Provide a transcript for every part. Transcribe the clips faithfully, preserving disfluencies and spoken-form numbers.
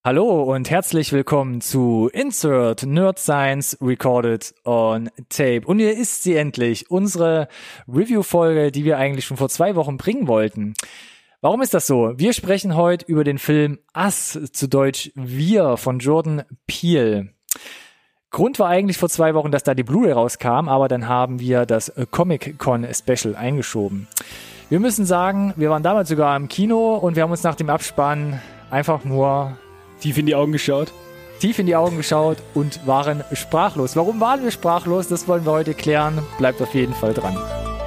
Hallo und herzlich willkommen zu Insert Nerd Science Recorded on Tape. Und hier ist sie endlich, unsere Review-Folge, die wir eigentlich schon vor zwei Wochen bringen wollten. Warum ist das so? Wir sprechen heute über den Film Us, zu Deutsch Wir, von Jordan Peele. Grund war eigentlich vor zwei Wochen, dass da die Blu-ray rauskam, aber dann haben wir das Comic-Con-Special eingeschoben. Wir müssen sagen, wir waren damals sogar im Kino und wir haben uns nach dem Abspann einfach nur tief in die Augen geschaut. Tief in die Augen geschaut und waren sprachlos. Warum waren wir sprachlos? Das wollen wir heute klären. Bleibt auf jeden Fall dran.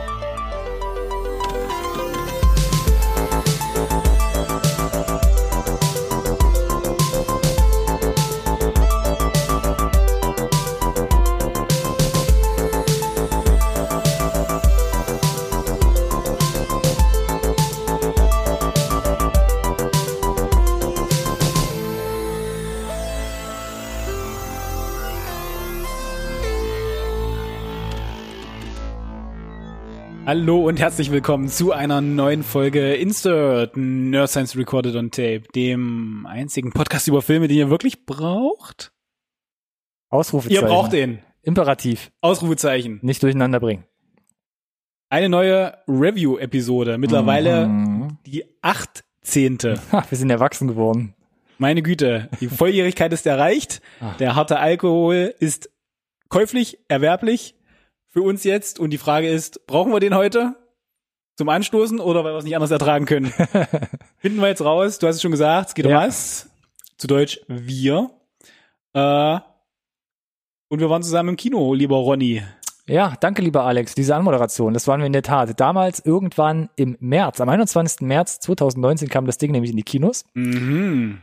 Hallo und herzlich willkommen zu einer neuen Folge Insert Nerd Science Recorded on Tape, dem einzigen Podcast über Filme, den ihr wirklich braucht. Ausrufezeichen. Ihr braucht den. Imperativ. Ausrufezeichen. Nicht durcheinander bringen. Eine neue Review-Episode. Mittlerweile mhm. die achtzehnte. Ha, wir sind erwachsen geworden. Meine Güte, die Volljährigkeit ist erreicht. Ach. Der harte Alkohol ist käuflich, erwerblich. Für uns jetzt, und die Frage ist, brauchen wir den heute zum Anstoßen oder weil wir es nicht anders ertragen können? Finden wir jetzt raus, du hast es schon gesagt, es geht ja. um was, zu Deutsch wir. Äh, und wir waren zusammen im Kino, lieber Ronny. Ja, danke, lieber Alex, diese Anmoderation, das waren wir in der Tat. Damals irgendwann im März, am einundzwanzigsten März zweitausendneunzehn kam das Ding nämlich in die Kinos. Mhm.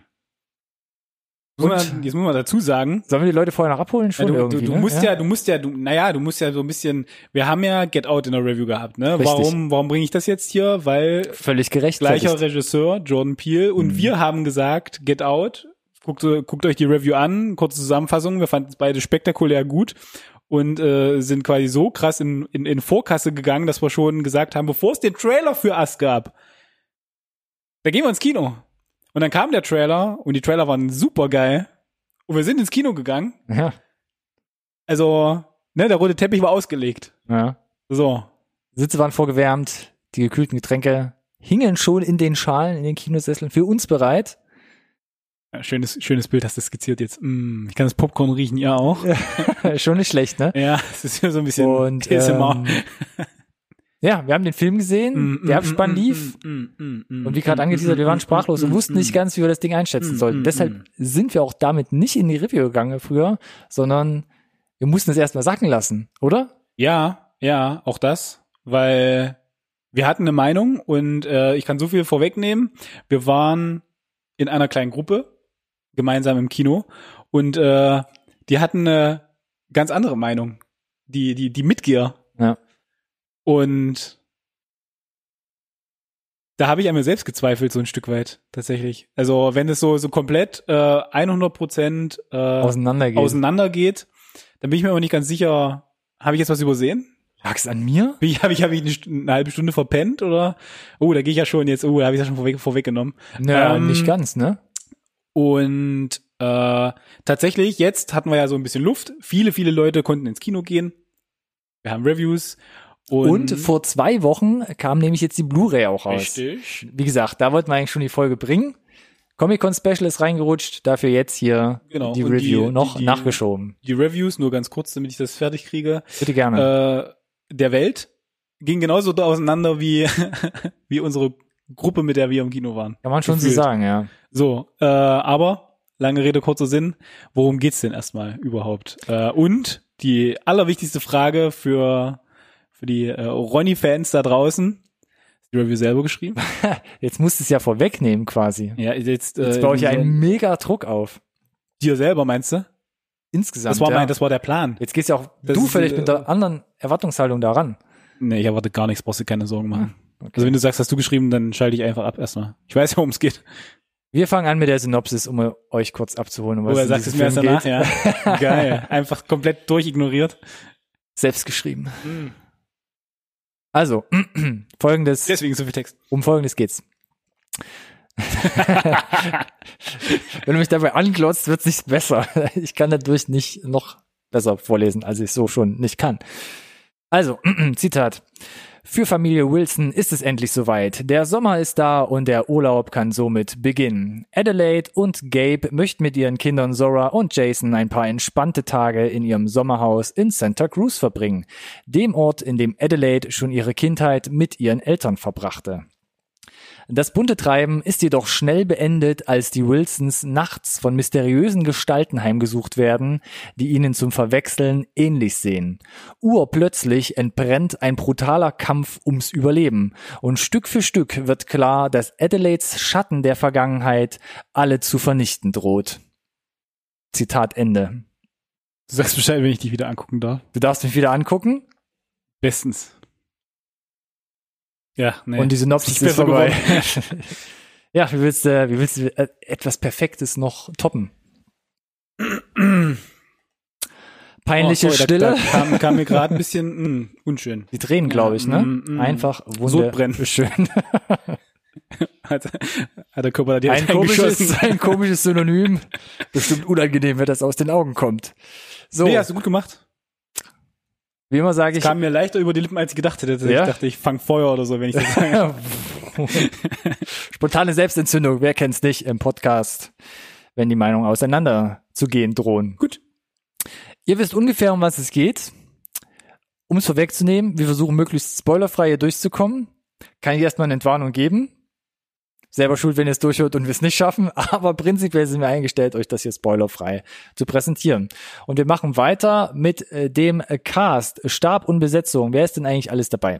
Muss man, jetzt muss man dazu sagen. Sollen wir die Leute vorher noch abholen? Schon ja, du, irgendwie, du, du ne? musst ja. ja, du musst ja, du, naja, du musst ja so ein bisschen, wir haben ja Get Out in der Review gehabt, ne? Richtig. Warum, warum bringe ich das jetzt hier? Weil völlig gerecht. Gleicher Regisseur, Jordan Peele, und mhm. wir haben gesagt, Get Out, guckt, guckt euch die Review an, kurze Zusammenfassung, wir fanden es beide spektakulär gut und äh, sind quasi so krass in, in, in Vorkasse gegangen, dass wir schon gesagt haben, bevor es den Trailer für Us gab, da gehen wir ins Kino. Und dann kam der Trailer und die Trailer waren super geil. Und wir sind ins Kino gegangen. Ja. Also, ne, der rote Teppich war ausgelegt. Ja. So. Sitze waren vorgewärmt, die gekühlten Getränke hingen schon in den Schalen, in den Kinosesseln, für uns bereit. Ja, schönes, schönes Bild hast du skizziert jetzt. Mm, ich kann das Popcorn riechen, ihr auch. Schon nicht schlecht, ne? Ja, es ist ja so ein bisschen und, ähm, ja, wir haben den Film gesehen, mm, der Abspann mm, lief mm, mm, mm, und wie gerade angeteasert, wir waren sprachlos und wussten nicht ganz, wie wir das Ding einschätzen sollten. Deshalb sind wir auch damit nicht in die Review gegangen früher, sondern wir mussten es erstmal sacken lassen, oder? Ja, ja, auch das, weil wir hatten eine Meinung und äh, ich kann so viel vorwegnehmen. Wir waren in einer kleinen Gruppe, gemeinsam im Kino, und äh, die hatten eine ganz andere Meinung, die, die, die Mitgier. Ja. Und da habe ich an mir selbst gezweifelt, so ein Stück weit, tatsächlich. Also wenn es so so komplett äh, hundert Prozent äh, auseinandergeht. auseinandergeht, dann bin ich mir aber nicht ganz sicher, habe ich jetzt was übersehen? Lag's an mir? Habe ich, hab ich, hab ich eine, St- eine halbe Stunde verpennt? Oder? Oh, da gehe ich ja schon jetzt, oh, da habe ich ja schon vorweg, vorweggenommen. Naja, ähm, nicht ganz, ne? Und äh, tatsächlich, jetzt hatten wir ja so ein bisschen Luft. Viele, viele Leute konnten ins Kino gehen. Wir haben Reviews. Und, und vor zwei Wochen kam nämlich jetzt die Blu-ray auch raus. Richtig. Wie gesagt, da wollten wir eigentlich schon die Folge bringen. Comic-Con-Special ist reingerutscht, dafür jetzt hier genau. die und Review die, noch die, die, nachgeschoben. Die Reviews, nur ganz kurz, damit ich das fertig kriege. Bitte gerne. Äh, der Welt ging genauso auseinander wie wie unsere Gruppe, mit der wir im Kino waren. Kann man schon gefühlt. so sagen, ja. So, äh, aber, lange Rede, kurzer Sinn, worum geht's denn erstmal überhaupt? Äh, und die allerwichtigste Frage für für die äh, Ronny-Fans da draußen, die Review selber geschrieben. Jetzt musst du es ja vorwegnehmen quasi. Ja, jetzt, äh, jetzt baue ich ja einen mega Druck auf. Dir selber, meinst du? Insgesamt, Das war mein, ja. das war der Plan. Jetzt gehst ja auch Das du ist, völlig äh, mit der anderen Erwartungshaltung daran. Nee, ich erwarte gar nichts, brauchst du keine Sorgen machen. Okay. Also wenn du sagst, hast du geschrieben, dann schalte ich einfach ab erstmal. Ich weiß ja, worum es geht. Wir fangen an mit der Synopsis, um euch kurz abzuholen. Um was Oder sagst du es mir erst danach? geht. Ja. Geil. Einfach komplett durchignoriert. Selbst geschrieben. Mhm. Also, folgendes. Deswegen so viel Text. Um folgendes geht's. Wenn du mich dabei anglotzt, wird's nicht besser. Ich kann dadurch nicht noch besser vorlesen, als ich so schon nicht kann. Also, Zitat. Für Familie Wilson ist es endlich soweit. Der Sommer ist da und der Urlaub kann somit beginnen. Adelaide und Gabe möchten mit ihren Kindern Zora und Jason ein paar entspannte Tage in ihrem Sommerhaus in Santa Cruz verbringen. Dem Ort, in dem Adelaide schon ihre Kindheit mit ihren Eltern verbrachte. Das bunte Treiben ist jedoch schnell beendet, als die Wilsons nachts von mysteriösen Gestalten heimgesucht werden, die ihnen zum Verwechseln ähnlich sehen. Urplötzlich entbrennt ein brutaler Kampf ums Überleben und Stück für Stück wird klar, dass Adelaides Schatten der Vergangenheit alle zu vernichten droht. Zitat Ende. Du sagst Bescheid, wenn ich dich wieder angucken darf. Du darfst mich wieder angucken? Bestens. Ja, nee. Und die Synopsis ist vorbei. Ja, wie willst du, wie willst du äh, etwas Perfektes noch toppen? Peinliche oh, sorry, Stille. Da, da kam, kam mir gerade ein bisschen mh, unschön. Die Tränen, glaube ich, ne? Mm, mm, Einfach wunderschön. hat, hat der Körper da direkt ein komisches, ein komisches Synonym. Bestimmt unangenehm, wenn das aus den Augen kommt. So. Nee, hast du gut gemacht. Wie immer sage ich. Kam mir leichter über die Lippen, als ich gedacht hätte. Ja? Ich dachte, ich fang Feuer oder so, wenn ich das sage. Spontane Selbstentzündung, wer kennt's nicht im Podcast, wenn die Meinungen auseinander zu gehen drohen. Gut. Ihr wisst ungefähr, um was es geht. Um es vorwegzunehmen, wir versuchen möglichst spoilerfrei hier durchzukommen. Kann ich erstmal eine Entwarnung geben. Selber schuld, wenn ihr es durchhört und wir es nicht schaffen, aber prinzipiell sind wir eingestellt, euch das hier spoilerfrei zu präsentieren. Und wir machen weiter mit äh, dem Cast, Stab und Besetzung. Wer ist denn eigentlich alles dabei?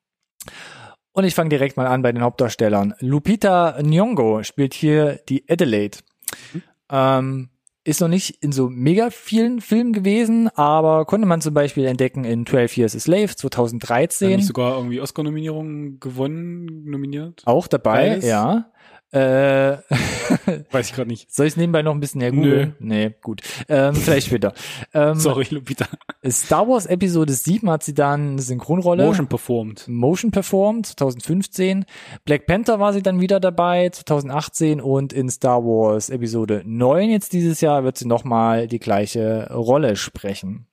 Und ich fange direkt mal an bei den Hauptdarstellern. Lupita Nyong'o spielt hier die Adelaide. Mhm. Ähm, ist noch nicht in so mega vielen Filmen gewesen, aber konnte man zum Beispiel entdecken in twelve Years a Slave zwanzig dreizehn. Hat nicht sogar irgendwie Oscar-Nominierungen gewonnen, nominiert? Auch dabei, Beides? ja. Äh, Weiß ich gerade nicht. Soll ich es nebenbei noch ein bisschen hergoogeln? Nee, gut. Ähm, vielleicht später. Ähm, Sorry, Lupita. Star Wars Episode sieben hat sie dann eine Synchronrolle. Motion performed. Motion performed, zwanzig fünfzehn. Black Panther war sie dann wieder dabei, zwanzig achtzehn. Und in Star Wars Episode neun jetzt dieses Jahr wird sie nochmal die gleiche Rolle sprechen.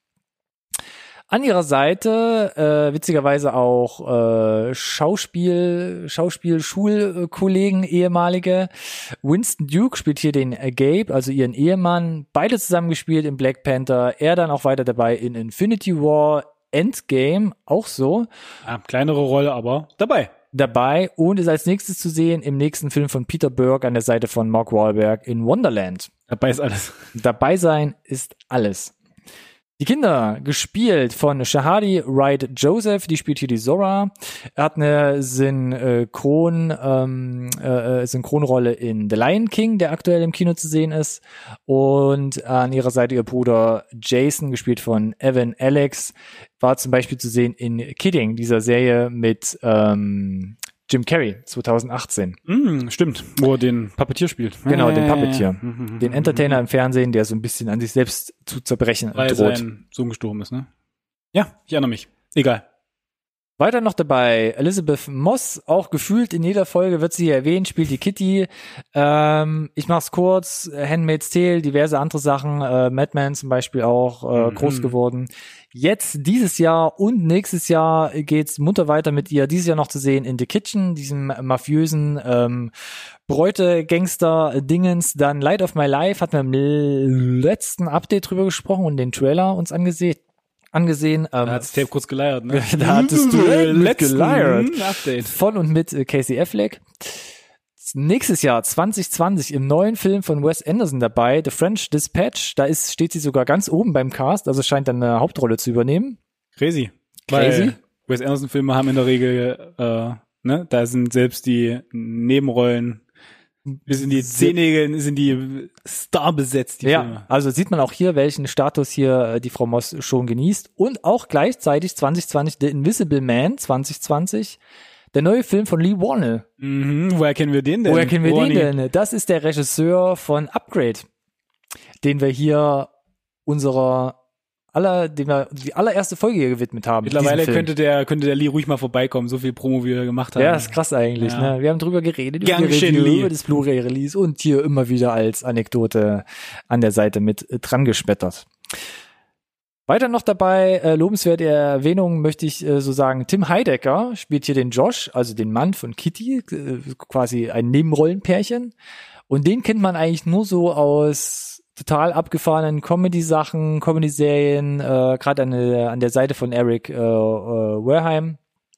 An ihrer Seite äh, witzigerweise auch äh, Schauspiel, Schauspiel-Schulkollegen, ehemalige. Winston Duke spielt hier den äh, Gabe, also ihren Ehemann. Beide zusammen gespielt in Black Panther. Er dann auch weiter dabei in Infinity War, Endgame, auch so. Ja, kleinere Rolle, aber dabei. Dabei und ist als nächstes zu sehen im nächsten Film von Peter Berg an der Seite von Mark Wahlberg in Wonderland. Dabei ist alles. Dabei sein ist alles. Die Kinder, gespielt von Shahadi Wright Joseph, die spielt hier die Zora. Er hat eine Synchron, ähm, äh, Synchronrolle in The Lion King, der aktuell im Kino zu sehen ist. Und an ihrer Seite ihr Bruder Jason, gespielt von Evan Alex, war zum Beispiel zu sehen in Kidding, dieser Serie mit ähm, Jim Carrey, zwanzig achtzehn. Mm, stimmt, wo er den Puppeteer spielt. Genau, den Puppeteer. Den Entertainer im Fernsehen, der so ein bisschen an sich selbst zu zerbrechen Weil droht. sein Sohn gestorben ist, ne? Ja, ich erinnere mich. Egal. Weiter noch dabei Elizabeth Moss, auch gefühlt in jeder Folge wird sie hier erwähnt, spielt die Kitty. Ähm, ich mach's kurz, Handmaid's Tale, diverse andere Sachen, äh, Mad Men zum Beispiel auch äh, mhm. groß geworden. Jetzt, dieses Jahr und nächstes Jahr geht's munter weiter mit ihr, dieses Jahr noch zu sehen in The Kitchen, diesem mafiösen ähm, Bräute-Gangster-Dingens. Dann Light of My Life hatten wir im letzten Update drüber gesprochen und den Trailer uns angesehen. angesehen. Ähm, da hat's Tape kurz geleiert, ne? Da hattest du letzten geleiert. Update. Von und mit äh, Casey Affleck. Nächstes Jahr, zwanzig zwanzig, im neuen Film von Wes Anderson dabei, The French Dispatch. Da ist, steht sie sogar ganz oben beim Cast, also scheint dann eine Hauptrolle zu übernehmen. Crazy. Crazy. Weil Wes Anderson-Filme haben in der Regel, äh, ne, da sind selbst die Nebenrollen bis in die Zehennägeln sind die Star besetzt, die ja, Filme. Also sieht man auch hier, welchen Status hier die Frau Moss schon genießt. Und auch gleichzeitig zwanzig zwanzig The Invisible Man, zwanzig zwanzig, der neue Film von Lee Warnell. Mhm, woher kennen wir den denn? Woher kennen wir Warney? den denn? Das ist der Regisseur von Upgrade, den wir hier unserer aller, dem wir die allererste Folge hier gewidmet haben. Mittlerweile könnte der, könnte der Lee ruhig mal vorbeikommen, so viel Promo, wie wir gemacht haben. Ja, ist krass eigentlich, ja. ne? Wir haben drüber geredet, Gern über, die geschehen, Review, Lee. über das Blu-ray-Release und hier immer wieder als Anekdote an der Seite mit äh, dran gespettert. Weiter noch dabei, äh, lobenswerte Erwähnung möchte ich äh, so sagen, Tim Heidecker spielt hier den Josh, also den Mann von Kitty, äh, quasi ein Nebenrollenpärchen. Und den kennt man eigentlich nur so aus total abgefahrenen Comedy-Sachen, Comedy-Serien, äh, gerade an, der- an der Seite von Eric äh, äh, Wareheim.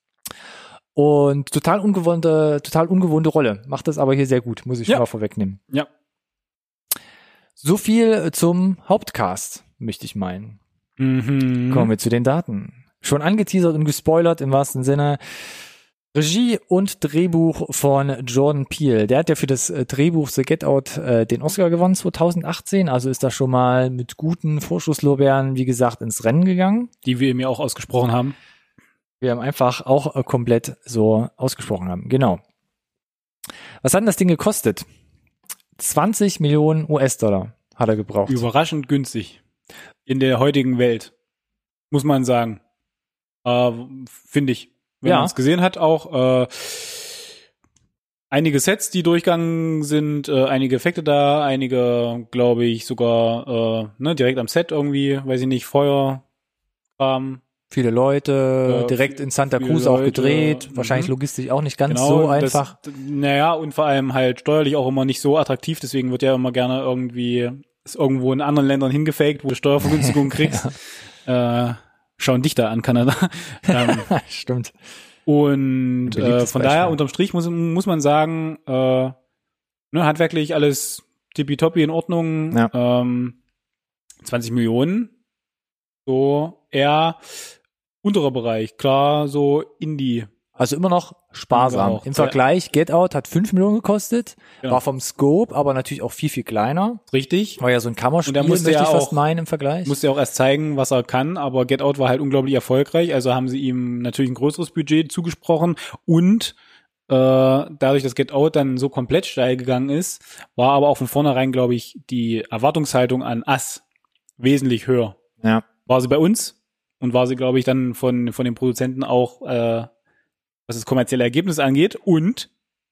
Und total ungewohnte, total ungewohnte Rolle. Macht das aber hier sehr gut, muss ich Ja. schon mal vorwegnehmen. Ja. So viel zum Hauptcast, möchte ich meinen. Mhm. Kommen wir zu den Daten. Schon angeteasert und gespoilert im wahrsten Sinne. Regie und Drehbuch von Jordan Peele. Der hat ja für das äh, Drehbuch The Get Out äh, den Oscar gewonnen zwanzig achtzehn. Also ist da schon mal mit guten Vorschusslorbeeren, wie gesagt, ins Rennen gegangen. Die wir mir auch ausgesprochen haben. Wir haben einfach auch äh, komplett so ausgesprochen haben. Genau. Was hat denn das Ding gekostet? zwanzig Millionen U S-Dollar hat er gebraucht. Überraschend günstig. In der heutigen Welt. Muss man sagen. Äh, Finde ich. Wenn Ja. man es gesehen hat, auch äh, einige Sets, die durchgegangen sind, äh, einige Effekte da, einige, glaube ich, sogar äh, ne, direkt am Set irgendwie, weiß ich nicht, Feuerkram. Viele Leute, Ja, direkt in Santa viele Cruz auch Leute, gedreht. mhm. Wahrscheinlich logistisch auch nicht ganz Genau, so das, einfach. Naja, und vor allem halt steuerlich auch immer nicht so attraktiv, deswegen wird ja immer gerne irgendwie ist irgendwo in anderen Ländern hingefaked, wo du Steuervergünstigung kriegst. äh, schauen dich da an, Kanada. ähm, Stimmt. und Ein äh, beliebtes von Beispiel. daher, unterm Strich muss, muss man sagen, äh, ne, handwerklich alles tippitoppi in Ordnung. Ja. Ähm, zwanzig Millionen. So eher unterer Bereich. Klar, so Indie. Also immer noch sparsam. Angehaucht. Im Vergleich, Get Out hat fünf Millionen gekostet, Genau. war vom Scope aber natürlich auch viel, viel kleiner. Richtig. War ja so ein Kammerspiel, Und er musste möchte ja ich fast auch- meinen im Vergleich. Musste ja auch erst zeigen, was er kann, aber Get Out war halt unglaublich erfolgreich, also haben sie ihm natürlich ein größeres Budget zugesprochen und äh, dadurch, dass Get Out dann so komplett steil gegangen ist, war aber auch von vornherein, glaube ich, die Erwartungshaltung an Us wesentlich höher. Ja. War sie bei uns und war sie, glaube ich, dann von von den Produzenten auch, äh, was das kommerzielle Ergebnis angeht und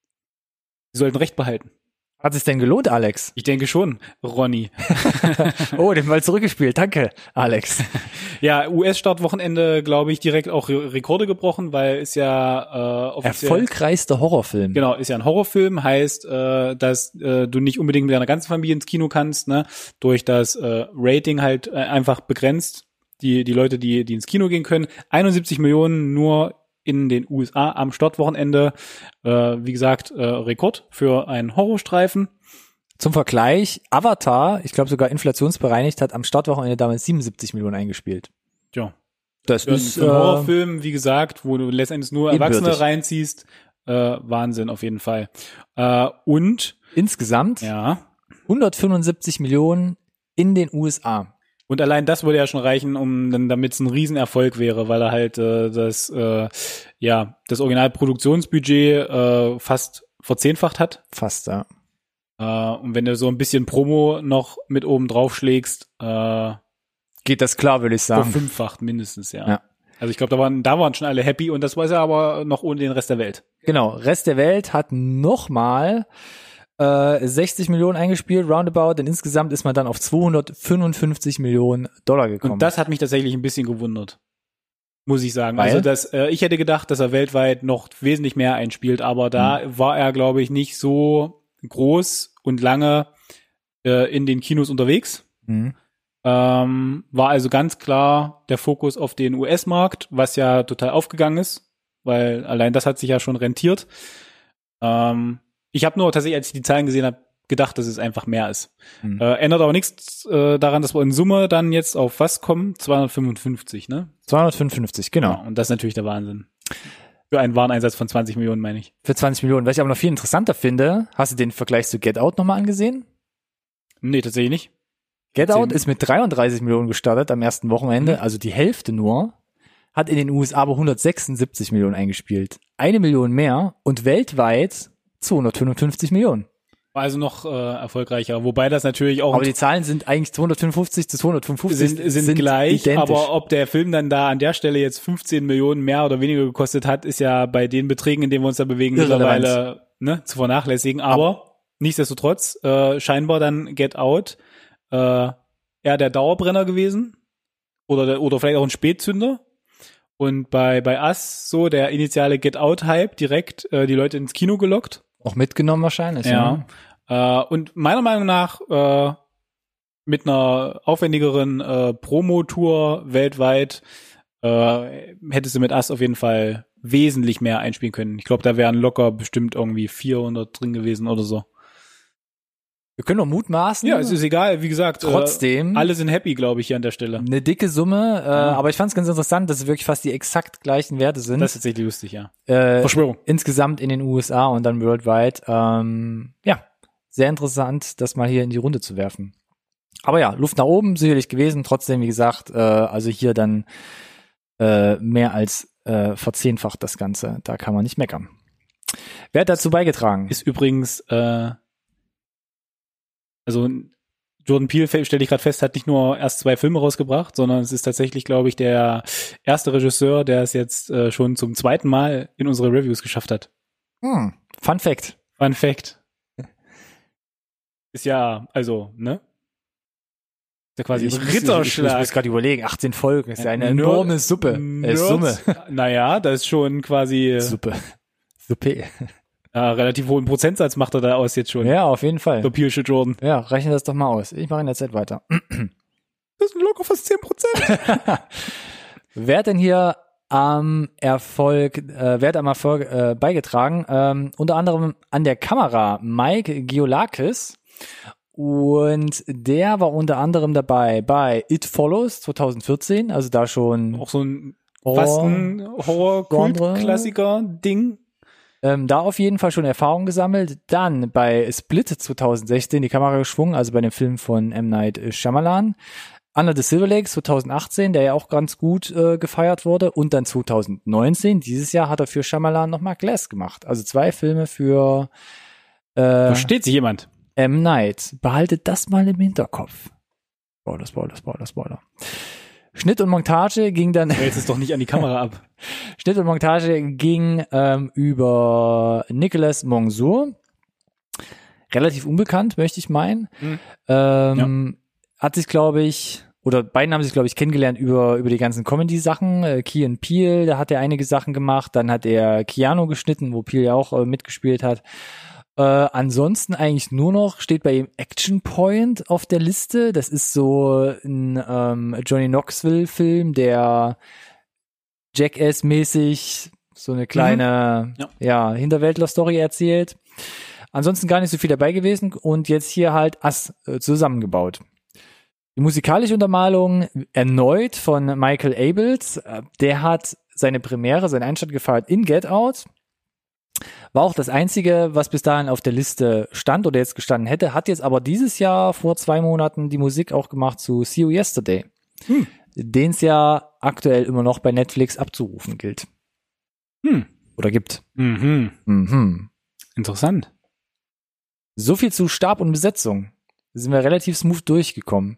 sie sollten Recht behalten. Hat es denn gelohnt, Alex? Ich denke schon, Ronny. Oh, den Ball zurückgespielt. Danke, Alex. Ja, U S-Startwochenende, glaube ich, direkt auch Re- Rekorde gebrochen, weil ist ja äh, offiziell, Erfolgreichster Horrorfilm. genau, ist ja ein Horrorfilm, heißt, äh, dass äh, du nicht unbedingt mit deiner ganzen Familie ins Kino kannst, ne, durch das äh, Rating halt äh, einfach begrenzt. Die die Leute, die die ins Kino gehen können, einundsiebzig Millionen nur in den U S A am Startwochenende. Äh, wie gesagt, äh, Rekord für einen Horrorstreifen. Zum Vergleich, Avatar, ich glaube sogar inflationsbereinigt, hat am Startwochenende damals siebenundsiebzig Millionen eingespielt. Ja. Das Für, ist für einen äh, Horrorfilm, wie gesagt, wo du letztendlich nur Erwachsene ebenbürtig. reinziehst, äh, Wahnsinn auf jeden Fall. Äh, und, insgesamt ja, hundertfünfundsiebzig Millionen in den U S A. und allein das würde ja schon reichen, um dann, damit es ein Riesenerfolg wäre, weil er halt äh, das, äh, ja, das Originalproduktionsbudget äh, fast verzehnfacht hat. Fast, ja. Äh, und wenn du so ein bisschen Promo noch mit oben drauf schlägst, äh, Geht das klar, würde ich sagen. verfünffacht mindestens, ja. Ja. Also ich glaube, da waren, da waren schon alle happy und das war ja aber noch ohne den Rest der Welt. Genau, Rest der Welt hat nochmal äh, sechzig Millionen eingespielt, roundabout, denn insgesamt ist man dann auf zweihundertfünfundfünfzig Millionen Dollar gekommen. Und das hat mich tatsächlich ein bisschen gewundert. Muss ich sagen. Weil? Also das, äh, ich hätte gedacht, dass er weltweit noch wesentlich mehr einspielt, aber da Mhm. war er, glaube ich, nicht so groß und lange äh, in den Kinos unterwegs. Mhm. Ähm, war also ganz klar der Fokus auf den U S-Markt, was ja total aufgegangen ist, weil allein das hat sich ja schon rentiert. Ähm, ich habe nur tatsächlich, als ich die Zahlen gesehen habe, gedacht, dass es einfach mehr ist. Mhm. Äh, ändert aber nichts äh, daran, dass wir in Summe dann jetzt auf was kommen? zweihundertfünfundfünfzig, ne? zweihundertfünfundfünfzig, genau. Ja, und das ist natürlich der Wahnsinn. Für einen Wareneinsatz von zwanzig Millionen, meine ich. Für zwanzig Millionen. Was ich aber noch viel interessanter finde, hast du den Vergleich zu Get Out nochmal angesehen? Nee, tatsächlich nicht. Get Erzähl. Out ist mit dreiunddreißig Millionen gestartet am ersten Wochenende, Mhm. also die Hälfte nur, hat in den U S A aber hundertsechsundsiebzig Millionen eingespielt. Eine Million mehr und weltweit zweihundertfünfundfünfzig Millionen. War also noch äh, erfolgreicher, wobei das natürlich auch... Aber die Zahlen sind eigentlich zweihundertfünfundfünfzig zu zweihundertfünfundfünfzig sind, sind, sind gleich, identisch. Aber ob der Film dann da an der Stelle jetzt fünfzehn Millionen mehr oder weniger gekostet hat, ist ja bei den Beträgen, in denen wir uns da bewegen, irrelevant. Mittlerweile ne, zu vernachlässigen. Aber, aber nichtsdestotrotz, äh, scheinbar dann Get Out äh, eher der Dauerbrenner gewesen oder, oder vielleicht auch ein Spätzünder. Und bei, bei Us so der initiale Get Out-Hype direkt äh, die Leute ins Kino gelockt. Auch mitgenommen wahrscheinlich. Ja. ja. Äh, und meiner Meinung nach äh, mit einer aufwendigeren äh, Promo-Tour weltweit äh, hättest du mit Us auf jeden Fall wesentlich mehr einspielen können. Ich glaube, da wären locker bestimmt irgendwie vierhundert drin gewesen oder so. Wir können doch mutmaßen. Ja, es ist egal, wie gesagt. Trotzdem. Äh, alle sind happy, glaube ich, hier an der Stelle. Eine dicke Summe, äh, ja. aber ich fand es ganz interessant, dass es wirklich fast die exakt gleichen Werte sind. Das ist tatsächlich lustig, ja. Äh, Verschwörung. Insgesamt in den U S A und dann worldwide. Ähm, ja, sehr interessant, das mal hier in die Runde zu werfen. Aber ja, Luft nach oben sicherlich gewesen. Trotzdem, wie gesagt, äh, also hier dann äh, mehr als äh, verzehnfacht das Ganze. Da kann man nicht meckern. Wer hat dazu beigetragen? Ist übrigens äh Also Jordan Peele, stelle ich gerade fest, hat nicht nur erst zwei Filme rausgebracht, sondern es ist tatsächlich, glaube ich, der erste Regisseur, der es jetzt äh, schon zum zweiten Mal in unsere Reviews geschafft hat. Hm. Fun Fact. Fun Fact. Ist ja, also, ne? Ist ja quasi ich ein Ritterschlag. Ich, ich, ich muss gerade überlegen, achtzehn Folgen, ist ja eine enorme Suppe. Äh, Summe. Naja, das ist schon quasi... Suppe. Suppe. Ja, relativ hohen Prozentsatz macht er da aus jetzt schon. Ja, auf jeden Fall. Der Peelsche Jordan. Ja, rechne das doch mal aus. Ich mache in der Zeit weiter. Das sind locker fast zehn Prozent. Wer hat denn hier am Erfolg, äh, wer hat am Erfolg äh, beigetragen? Ähm, unter anderem an der Kamera Mike Giolakis. Und der war unter anderem dabei bei It Follows zwanzig vierzehn, also da schon auch so ein fast ein Horror-Kult-Klassiker-Ding. Ähm, da auf jeden Fall schon Erfahrung gesammelt. Dann bei Split zwanzig sechzehn die Kamera geschwungen, also bei dem Film von M. Night Shyamalan. Under the Silver Lake zwanzig achtzehn, der ja auch ganz gut äh, gefeiert wurde. Und dann zwanzig neunzehn, dieses Jahr hat er für Shyamalan nochmal Glass gemacht. Also zwei Filme für äh, Versteht sich jemand? M. Night. Behaltet das mal im Hinterkopf. Spoiler, Spoiler, Spoiler, Spoiler. Schnitt und Montage ging dann... Jetzt ist doch nicht an die Kamera ab. Schnitt und Montage ging ähm, über Nicolas Monsour. Relativ unbekannt, möchte ich meinen. Mhm. Ähm, ja. Hat sich, glaube ich, oder beiden haben sich, glaube ich, kennengelernt über über die ganzen Comedy-Sachen. Äh, Key and Peele, da hat er einige Sachen gemacht. Dann hat er Keanu geschnitten, wo Peele ja auch äh, mitgespielt hat. Äh, ansonsten eigentlich nur noch steht bei ihm Action Point auf der Liste. Das ist so ein ähm, Johnny Knoxville-Film, der Jackass-mäßig so eine kleine mhm. ja. ja Hinterwäldler-Story erzählt. Ansonsten gar nicht so viel dabei gewesen und jetzt hier halt Us äh, zusammengebaut. Die musikalische Untermalung erneut von Michael Abels. Der hat seine Premiere, seinen Einstand gefeiert in Get Out. War auch das Einzige, was bis dahin auf der Liste stand oder jetzt gestanden hätte. Hat jetzt aber dieses Jahr vor zwei Monaten die Musik auch gemacht zu See You Yesterday. Hm. Den es ja aktuell immer noch bei Netflix abzurufen gilt. Hm. Oder gibt. Mhm. Mhm. Interessant. So viel zu Stab und Besetzung. Da sind wir relativ smooth durchgekommen.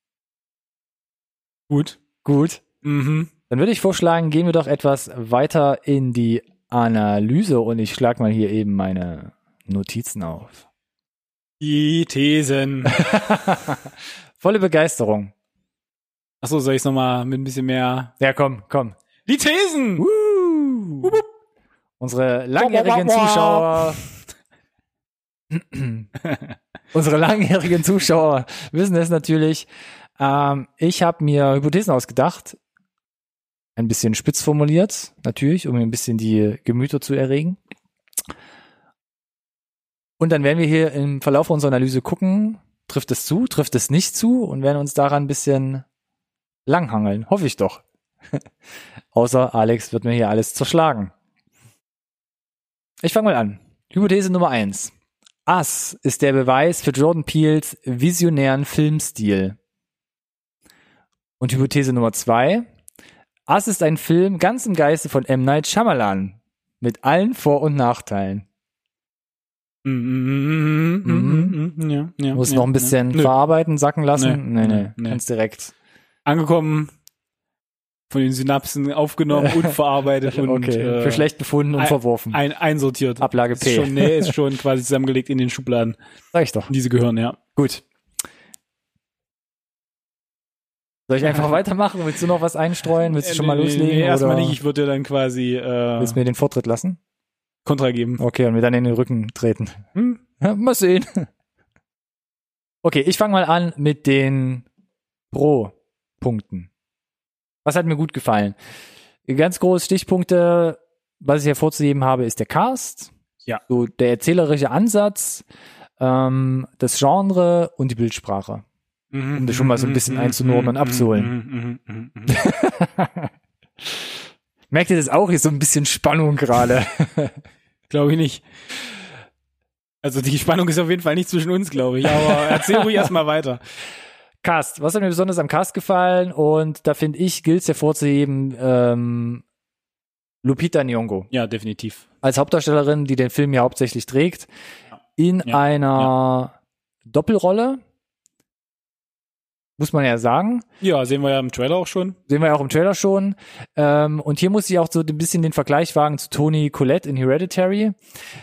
Gut. Gut. Mhm. Dann würde ich vorschlagen, gehen wir doch etwas weiter in die Analyse und ich schlage mal hier eben meine Notizen auf. Die Thesen. Volle Begeisterung. Achso, soll ich es nochmal mit ein bisschen mehr... Ja, komm, komm. Die Thesen! Uh. Unsere langjährigen Zuschauer... Unsere langjährigen Zuschauer wissen es natürlich. Ähm, ich habe mir Hypothesen ausgedacht. Ein bisschen spitz formuliert, natürlich, um ein bisschen die Gemüter zu erregen. Und dann werden wir hier im Verlauf unserer Analyse gucken, trifft es zu, trifft es nicht zu und werden uns daran ein bisschen langhangeln. Hoffe ich doch. Außer Alex wird mir hier alles zerschlagen. Ich fange mal an. Hypothese Nummer eins. Us ist der Beweis für Jordan Peels visionären Filmstil. Und Hypothese Nummer zwei. Us ist ein Film ganz im Geiste von M. Night Shyamalan. Mit allen Vor- und Nachteilen. Mhm. Mhm. Mhm. Ja, ja, Muss ja, noch ein bisschen ja. verarbeiten, sacken lassen. Nee, Nee, nee, nee, nee. ganz direkt. Angekommen, von den Synapsen aufgenommen und verarbeitet und Okay, äh, für schlecht befunden und ein, verworfen. ein, einsortiert. Ablage Ist P. schon, nee, ist schon quasi zusammengelegt in den Schubladen, Sag ich doch. in diese gehören, ja. Gut. Soll ich einfach weitermachen? Willst du noch was einstreuen? Willst du schon mal Nee, nee, loslegen? Nee, erstmal oder nicht, ich würde dir dann quasi äh, willst du mir den Vortritt lassen? Kontra geben. Okay, und mir dann in den Rücken treten. Hm? Ja, mal sehen. Okay, ich fange mal an mit den Pro-Punkten. Was hat mir gut gefallen? Ganz große Stichpunkte, was ich hervorzuheben habe, ist der Cast. Ja. So der erzählerische Ansatz, ähm, das Genre und die Bildsprache. Um das schon mal so ein bisschen einzunordnen und abzuholen. Merkt ihr das auch? Hier ist so ein bisschen Spannung gerade. Glaube ich nicht. Also die Spannung ist auf jeden Fall nicht zwischen uns, glaube ich. Aber erzähl ruhig erstmal weiter. Cast. Was hat mir besonders am Cast gefallen? Und da finde ich, gilt es hervorzuheben, ähm, Lupita Nyong'o. Ja, definitiv. Als Hauptdarstellerin, die den Film ja hauptsächlich trägt, in Ja. einer Ja. Doppelrolle. Muss man ja sagen. Ja, sehen wir ja im Trailer auch schon. Sehen wir ja auch im Trailer schon. Ähm, und hier muss ich auch so ein bisschen den Vergleich wagen zu Toni Collette in Hereditary.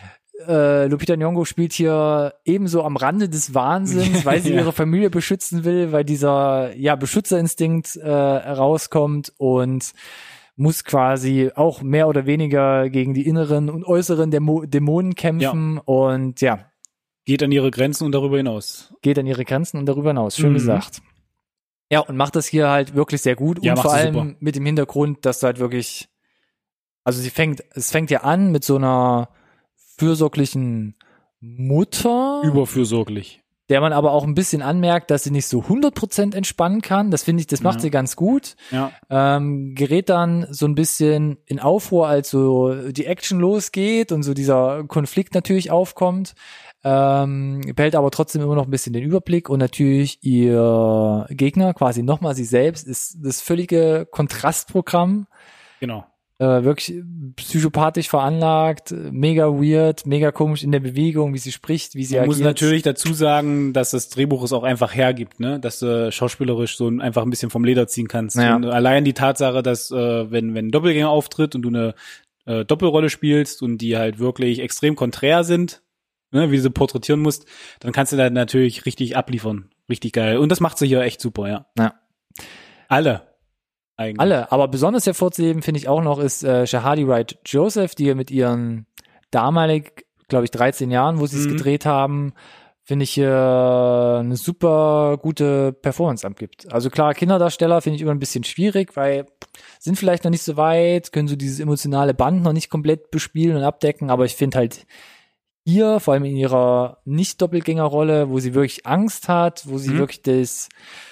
Äh, Lupita Nyong'o spielt hier ebenso am Rande des Wahnsinns, weil sie Ja. ihre Familie beschützen will, weil dieser ja Beschützerinstinkt äh, herauskommt und muss quasi auch mehr oder weniger gegen die inneren und äußeren Dämo- Dämonen kämpfen und ja, Geht an ihre Grenzen und darüber hinaus. geht an ihre Grenzen und darüber hinaus. Schön Mhm. gesagt. Ja, und macht das hier halt wirklich sehr gut. Ja, und macht vor sie allem super. mit dem Hintergrund, dass du halt wirklich, also sie fängt, es fängt ja an mit so einer fürsorglichen Mutter, Überfürsorglich. der man aber auch ein bisschen anmerkt, dass sie nicht so hundert Prozent entspannen kann. Das finde ich, das macht Ja. sie ganz gut. Ja. Ähm, gerät dann so ein bisschen in Aufruhr, als so die Action losgeht und so dieser Konflikt natürlich aufkommt. Ähm, behält aber trotzdem immer noch ein bisschen den Überblick und natürlich ihr Gegner, quasi nochmal sie selbst, ist das völlige Kontrastprogramm. Genau. Äh, wirklich psychopathisch veranlagt, mega weird, mega komisch in der Bewegung, wie sie spricht, wie sie Man agiert. muss natürlich dazu sagen, dass das Drehbuch es auch einfach hergibt, ne, dass du schauspielerisch so einfach ein bisschen vom Leder ziehen kannst. Ja. Und allein die Tatsache, dass äh, wenn wenn ein Doppelgänger auftritt und du eine äh, Doppelrolle spielst und die halt wirklich extrem konträr sind, ne, wie du sie porträtieren musst, dann kannst du da natürlich richtig abliefern, richtig geil. Und das macht sie hier echt super, ja. Ja. Alle. Eigentlich. Alle, aber besonders hervorzuheben, finde ich auch noch, ist äh, Shahadi Wright Joseph, die mit ihren damalig, glaube ich, dreizehn Jahren, wo sie es Mhm. gedreht haben, finde ich, äh, eine super gute Performance abgibt. Also klar, Kinderdarsteller finde ich immer ein bisschen schwierig, weil sind vielleicht noch nicht so weit, können so dieses emotionale Band noch nicht komplett bespielen und abdecken, aber ich finde halt hier, vor allem in ihrer Nicht-Doppelgängerrolle, wo sie wirklich Angst hat, wo sie Mhm. wirklich das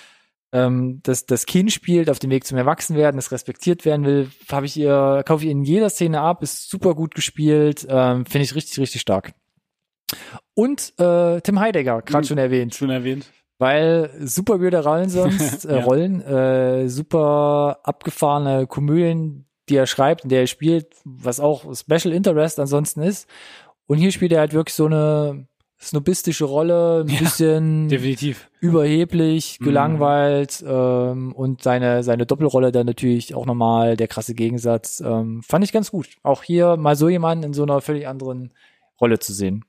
ähm, das, das Kind spielt, auf dem Weg zum Erwachsenwerden, das respektiert werden will, habe ich ihr, kaufe ich in jeder Szene ab, ist super gut gespielt, ähm, finde ich richtig, richtig stark. Und äh, Tim Heidecker, gerade Mhm. schon erwähnt, Schon erwähnt. weil super weirde Rollen sonst, äh, Ja. Rollen, äh, super abgefahrene Komödien, die er schreibt und der er spielt, was auch Special Interest ansonsten ist. Und hier spielt er halt wirklich so eine snobistische Rolle, ein Ja, bisschen Definitiv. überheblich, Mhm. gelangweilt ähm, und seine seine Doppelrolle dann natürlich auch nochmal der krasse Gegensatz. Ähm, fand ich ganz gut. Auch hier mal so jemanden in so einer völlig anderen Rolle zu sehen.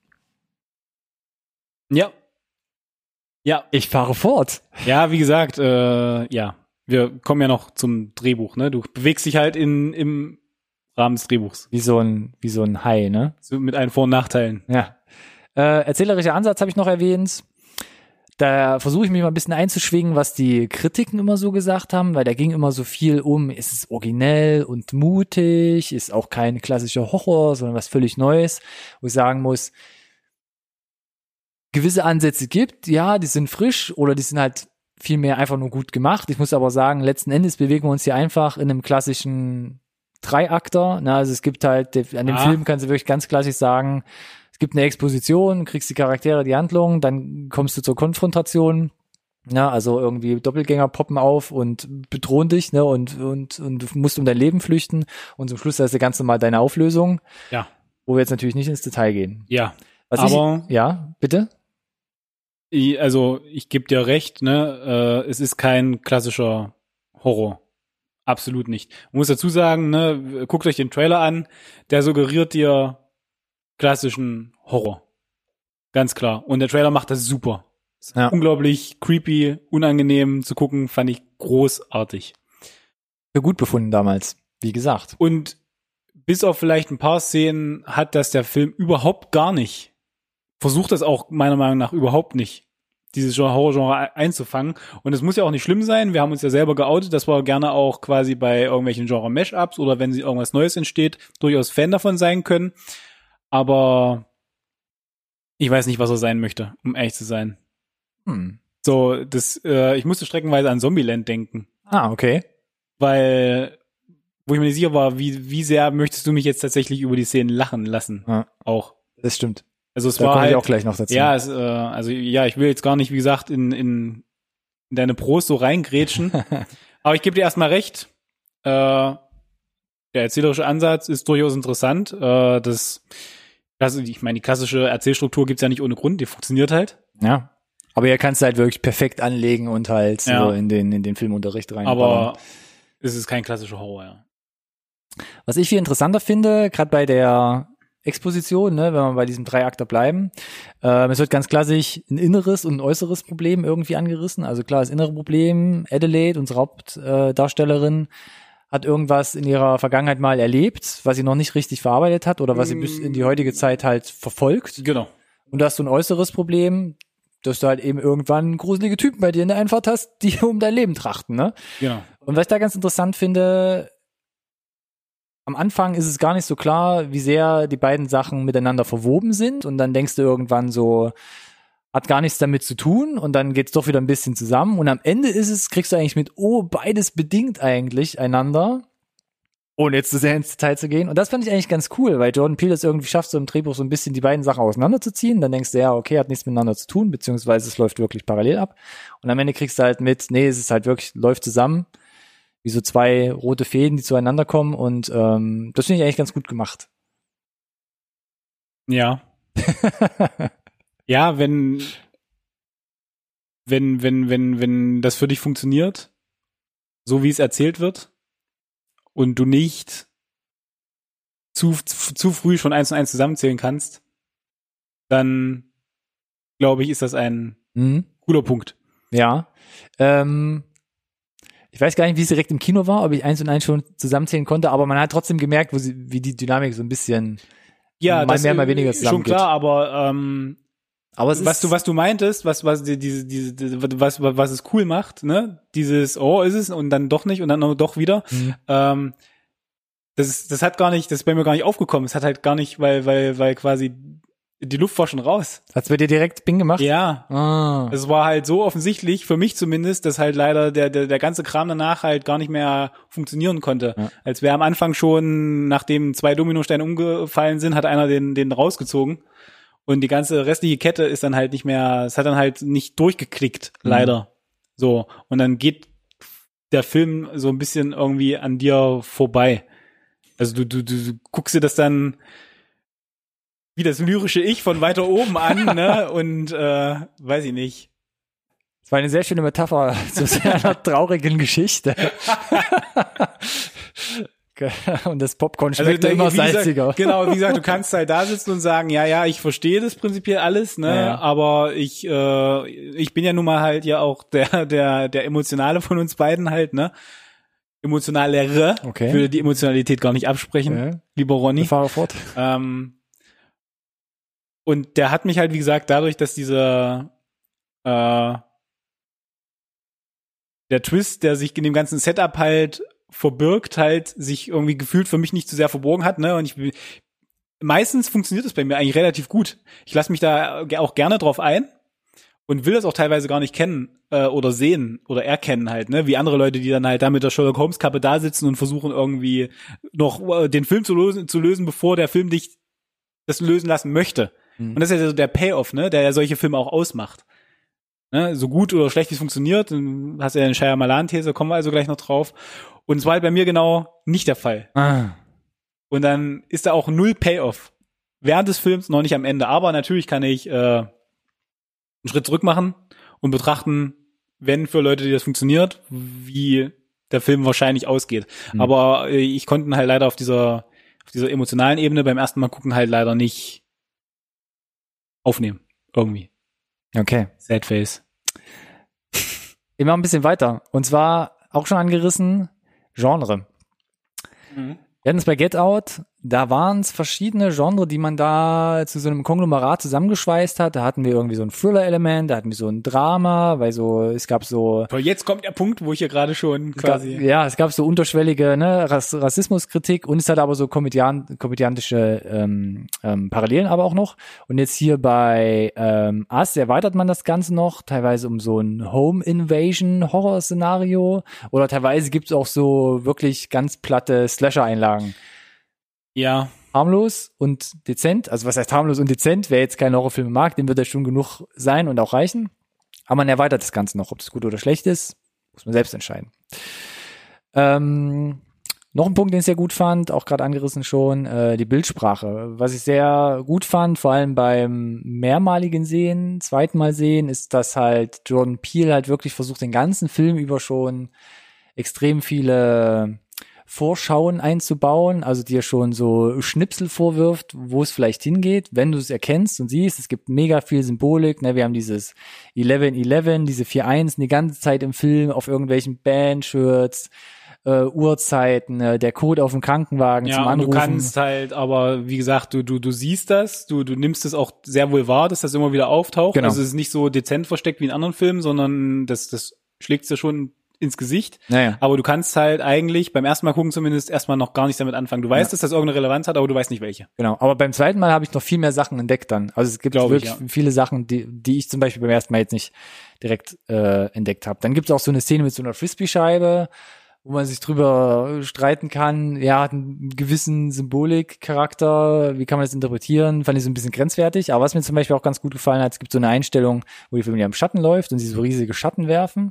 Ja. Ja. Ich fahre fort. Ja, wie gesagt, äh, ja, wir kommen ja noch zum Drehbuch, ne? Du bewegst dich halt in im Rahmen des Drehbuchs. Wie so ein wie so ein Hai, ne? So mit allen Vor- und Nachteilen. Ja. Äh, erzählerischer Ansatz habe ich noch erwähnt. Da versuche ich mich mal ein bisschen einzuschwingen, was die Kritiken immer so gesagt haben, weil da ging immer so viel um, ist es originell und mutig, ist auch kein klassischer Horror, sondern was völlig Neues, wo ich sagen muss, gewisse Ansätze gibt, ja, die sind frisch oder die sind halt viel mehr einfach nur gut gemacht. Ich muss aber sagen, letzten Endes bewegen wir uns hier einfach in einem klassischen Dreiakter. Na, also es gibt halt, an dem Ah. Film kannst du wirklich ganz klassisch sagen, es gibt eine Exposition, kriegst die Charaktere, die Handlung, dann kommst du zur Konfrontation. Ja, also irgendwie Doppelgänger poppen auf und bedrohen dich, ne, und, und, und du musst um dein Leben flüchten und zum Schluss ist das ganz normal deine Auflösung, Ja. wo wir jetzt natürlich nicht ins Detail gehen. Ja. Was Aber ich, ja, bitte? Ich, also ich gebe dir recht, ne, äh, es ist kein klassischer Horror. Absolut nicht. Man muss dazu sagen, ne, guckt euch den Trailer an, der suggeriert dir klassischen Horror. Ganz klar. Und der Trailer macht das super. Ja. Unglaublich creepy, unangenehm zu gucken, fand ich großartig. Für gut befunden damals, wie gesagt. Und bis auf vielleicht ein paar Szenen hat das der Film überhaupt gar nicht. Versucht das auch meiner Meinung nach überhaupt nicht, dieses Horror-Genre einzufangen. Und es muss ja auch nicht schlimm sein. Wir haben uns ja selber geoutet, dass wir gerne auch quasi bei irgendwelchen Genre-Mash-Ups oder wenn irgendwas Neues entsteht, durchaus Fan davon sein können. Aber ich weiß nicht, was er sein möchte, um ehrlich zu sein. Hm. So, das, äh, ich musste streckenweise an Zombieland denken. Ah, okay. Weil, wo ich mir nicht sicher war, wie, wie sehr möchtest du mich jetzt tatsächlich über die Szenen lachen lassen? Ja. Auch. Das stimmt. Also es Da war komme halt, ich auch gleich noch dazu. ja, es, äh, also ja, ich will jetzt gar nicht, wie gesagt, in, in, in deine Pros so reingrätschen. Aber ich gebe dir erstmal recht. Äh, der erzählerische Ansatz ist durchaus interessant. Äh, das, also ich meine, die klassische Erzählstruktur gibt's ja nicht ohne Grund, die funktioniert halt. Ja. Aber ihr kannst halt wirklich perfekt anlegen und halt so Ja. in den in den Filmunterricht rein. Aber es ist kein klassischer Horror, ja. Was ich viel interessanter finde, gerade bei der Exposition, ne, wenn wir bei diesem Dreiakter bleiben, ähm, es wird ganz klassisch ein inneres und ein äußeres Problem irgendwie angerissen. Also klar, das innere Problem, Adelaide, unsere Hauptdarstellerin, hat irgendwas in ihrer Vergangenheit mal erlebt, was sie noch nicht richtig verarbeitet hat oder was sie bis in die heutige Zeit halt verfolgt. Genau. Und da hast du ein äußeres Problem, dass du halt eben irgendwann gruselige Typen bei dir in der Einfahrt hast, die um dein Leben trachten, ne? Genau. Und was ich da ganz interessant finde, am Anfang ist es gar nicht so klar, wie sehr die beiden Sachen miteinander verwoben sind und dann denkst du irgendwann so, hat gar nichts damit zu tun und dann geht's doch wieder ein bisschen zusammen und am Ende ist es, kriegst du eigentlich mit, oh, beides bedingt eigentlich einander, ohne jetzt zu sehr ins Detail zu gehen. Und das fand ich eigentlich ganz cool, weil Jordan Peele das irgendwie schafft, so im Drehbuch so ein bisschen die beiden Sachen auseinanderzuziehen. Dann denkst du, ja, okay, hat nichts miteinander zu tun, beziehungsweise es läuft wirklich parallel ab. Und am Ende kriegst du halt mit, nee, es ist halt wirklich, läuft zusammen, wie so zwei rote Fäden, die zueinander kommen. Und ähm, das finde ich eigentlich ganz gut gemacht. Ja. Ja, wenn, wenn, wenn, wenn, wenn das für dich funktioniert, so wie es erzählt wird, und du nicht zu, zu, zu früh schon eins und eins zusammenzählen kannst, dann glaube ich, ist das ein Mhm. cooler Punkt. Ja. Ähm, ich weiß gar nicht, wie es direkt im Kino war, ob ich eins und eins schon zusammenzählen konnte, aber man hat trotzdem gemerkt, wo sie, wie die Dynamik so ein bisschen Ja, mal das mehr, mal äh, weniger schon zusammengeht. klar, aber ähm, Aber es was ist, du was du meintest, was was die- diese diese diese- was was es cool macht, ne? Dieses oh ist es und dann doch nicht und dann doch wieder. Mhm. Ähm, das ist, das hat gar nicht, das ist bei mir gar nicht aufgekommen. Es hat halt gar nicht, weil weil weil quasi die Luft war schon raus. Hat's bei dir direkt Bing gemacht? Ja. Ah. Es war halt so offensichtlich, für mich zumindest, dass halt leider der, der, der ganze Kram danach halt gar nicht mehr funktionieren konnte. Ja. Als wäre am Anfang schon, nachdem zwei Dominosteine umgefallen sind, hat einer den, den rausgezogen. Und die ganze restliche Kette ist dann halt nicht mehr, es hat dann halt nicht durchgeklickt, Mhm. leider. So. Und dann geht der Film so ein bisschen irgendwie an dir vorbei. Also du, du, du, du guckst dir das dann wie das lyrische Ich von weiter oben an, ne? Und äh, weiß ich nicht. Das war eine sehr schöne Metapher zu so einer traurigen Geschichte. Und das Popcorn schmeckt Also, immer wie gesagt, salziger. genau, wie gesagt, du kannst halt da sitzen und sagen, ja, ja, ich verstehe das prinzipiell alles, ne? Ja. Aber ich, äh, ich bin ja nun mal halt ja auch der, der, der Emotionale von uns beiden halt, ne? Emotionalere. Okay. Ich würde die Emotionalität gar nicht absprechen, Ja. lieber Ronny. Fahre fort. Ähm, und der hat mich halt, wie gesagt, dadurch, dass dieser äh, der Twist, der sich in dem ganzen Setup halt verbirgt, halt sich irgendwie gefühlt für mich nicht zu sehr verborgen hat, ne? Und ich meistens funktioniert das bei mir eigentlich relativ gut. Ich lasse mich da auch gerne drauf ein und will das auch teilweise gar nicht kennen äh, oder sehen oder erkennen halt, ne? Wie andere Leute, die dann halt da mit der Sherlock Holmes Kappe da sitzen und versuchen irgendwie noch äh, den Film zu lösen, zu lösen, bevor der Film dich das lösen lassen möchte. Mhm. Und das ist ja so der Payoff, ne? Der ja solche Filme auch ausmacht. Ne? So gut oder schlecht wie es funktioniert, dann hast du ja den Shyamalan-These, kommen wir also gleich noch drauf. Und es war halt bei mir genau nicht der Fall. Ah. Und dann ist da auch null Payoff. während des Films, noch nicht am Ende. Aber natürlich kann ich äh, einen Schritt zurück machen und betrachten, wenn für Leute, die das funktioniert, wie der Film wahrscheinlich ausgeht. Mhm. Aber äh, ich konnte ihn halt leider auf dieser auf dieser emotionalen Ebene beim ersten Mal gucken halt leider nicht aufnehmen. Irgendwie. Okay. Sad face. Immer ein bisschen weiter. Und zwar auch schon angerissen, Genre. Mhm. Wir hatten es bei Get Out, da waren es verschiedene Genre, die man da zu so einem Konglomerat zusammengeschweißt hat. Da hatten wir irgendwie so ein Thriller-Element, da hatten wir so ein Drama, weil so, es gab so... Aber jetzt kommt der Punkt, wo ich ja gerade schon quasi... Gab, ja, es gab so unterschwellige ne, Rass- Rassismuskritik und es hat aber so komödian, komödiantische ähm, ähm, Parallelen aber auch noch. Und jetzt hier bei ähm, Us erweitert man das Ganze noch, teilweise um so ein Home-Invasion-Horror-Szenario oder teilweise gibt es auch so wirklich ganz platte Slasher-Einlagen. Ja. Harmlos und dezent, also was heißt harmlos und dezent, wer jetzt keine Horrorfilme mag, dem wird das schon genug sein und auch reichen. Aber man erweitert das Ganze noch, ob es gut oder schlecht ist, muss man selbst entscheiden. Ähm, noch ein Punkt, den ich sehr gut fand, auch gerade angerissen schon, äh, die Bildsprache. Was ich sehr gut fand, vor allem beim mehrmaligen Sehen, zweiten Mal sehen, ist, dass halt Jordan Peele halt wirklich versucht, den ganzen Film über schon extrem viele Vorschauen einzubauen, also dir schon so Schnipsel vorwirft, wo es vielleicht hingeht, wenn du es erkennst und siehst, es gibt mega viel Symbolik, ne, wir haben dieses elf elf, diese vier eins die ganze Zeit im Film auf irgendwelchen Band-Shirts, äh, Uhrzeiten, äh, der Code auf dem Krankenwagen ja, zum Anrufen. Ja, du kannst halt, aber wie gesagt, du du du siehst das, du du nimmst es auch sehr wohl wahr, dass das immer wieder auftaucht, genau. Also es ist nicht so dezent versteckt wie in anderen Filmen, sondern das das schlägt dir schon ins Gesicht, naja. Aber du kannst halt eigentlich beim ersten Mal gucken zumindest erstmal noch gar nichts damit anfangen. Du weißt, ja. dass das irgendeine Relevanz hat, aber du weißt nicht welche. Genau, aber beim zweiten Mal habe ich noch viel mehr Sachen entdeckt dann. Also es gibt Glaub wirklich ich, ja. viele Sachen, die die ich zum Beispiel beim ersten Mal jetzt nicht direkt äh, entdeckt habe. Dann gibt es auch so eine Szene mit so einer Frisbee-Scheibe, wo man sich drüber streiten kann. Ja, hat einen gewissen Symbolik-Charakter. Wie kann man das interpretieren? Fand ich so ein bisschen grenzwertig. Aber was mir zum Beispiel auch ganz gut gefallen hat, es gibt so eine Einstellung, wo die Familie am Schatten läuft und sie so riesige Schatten werfen.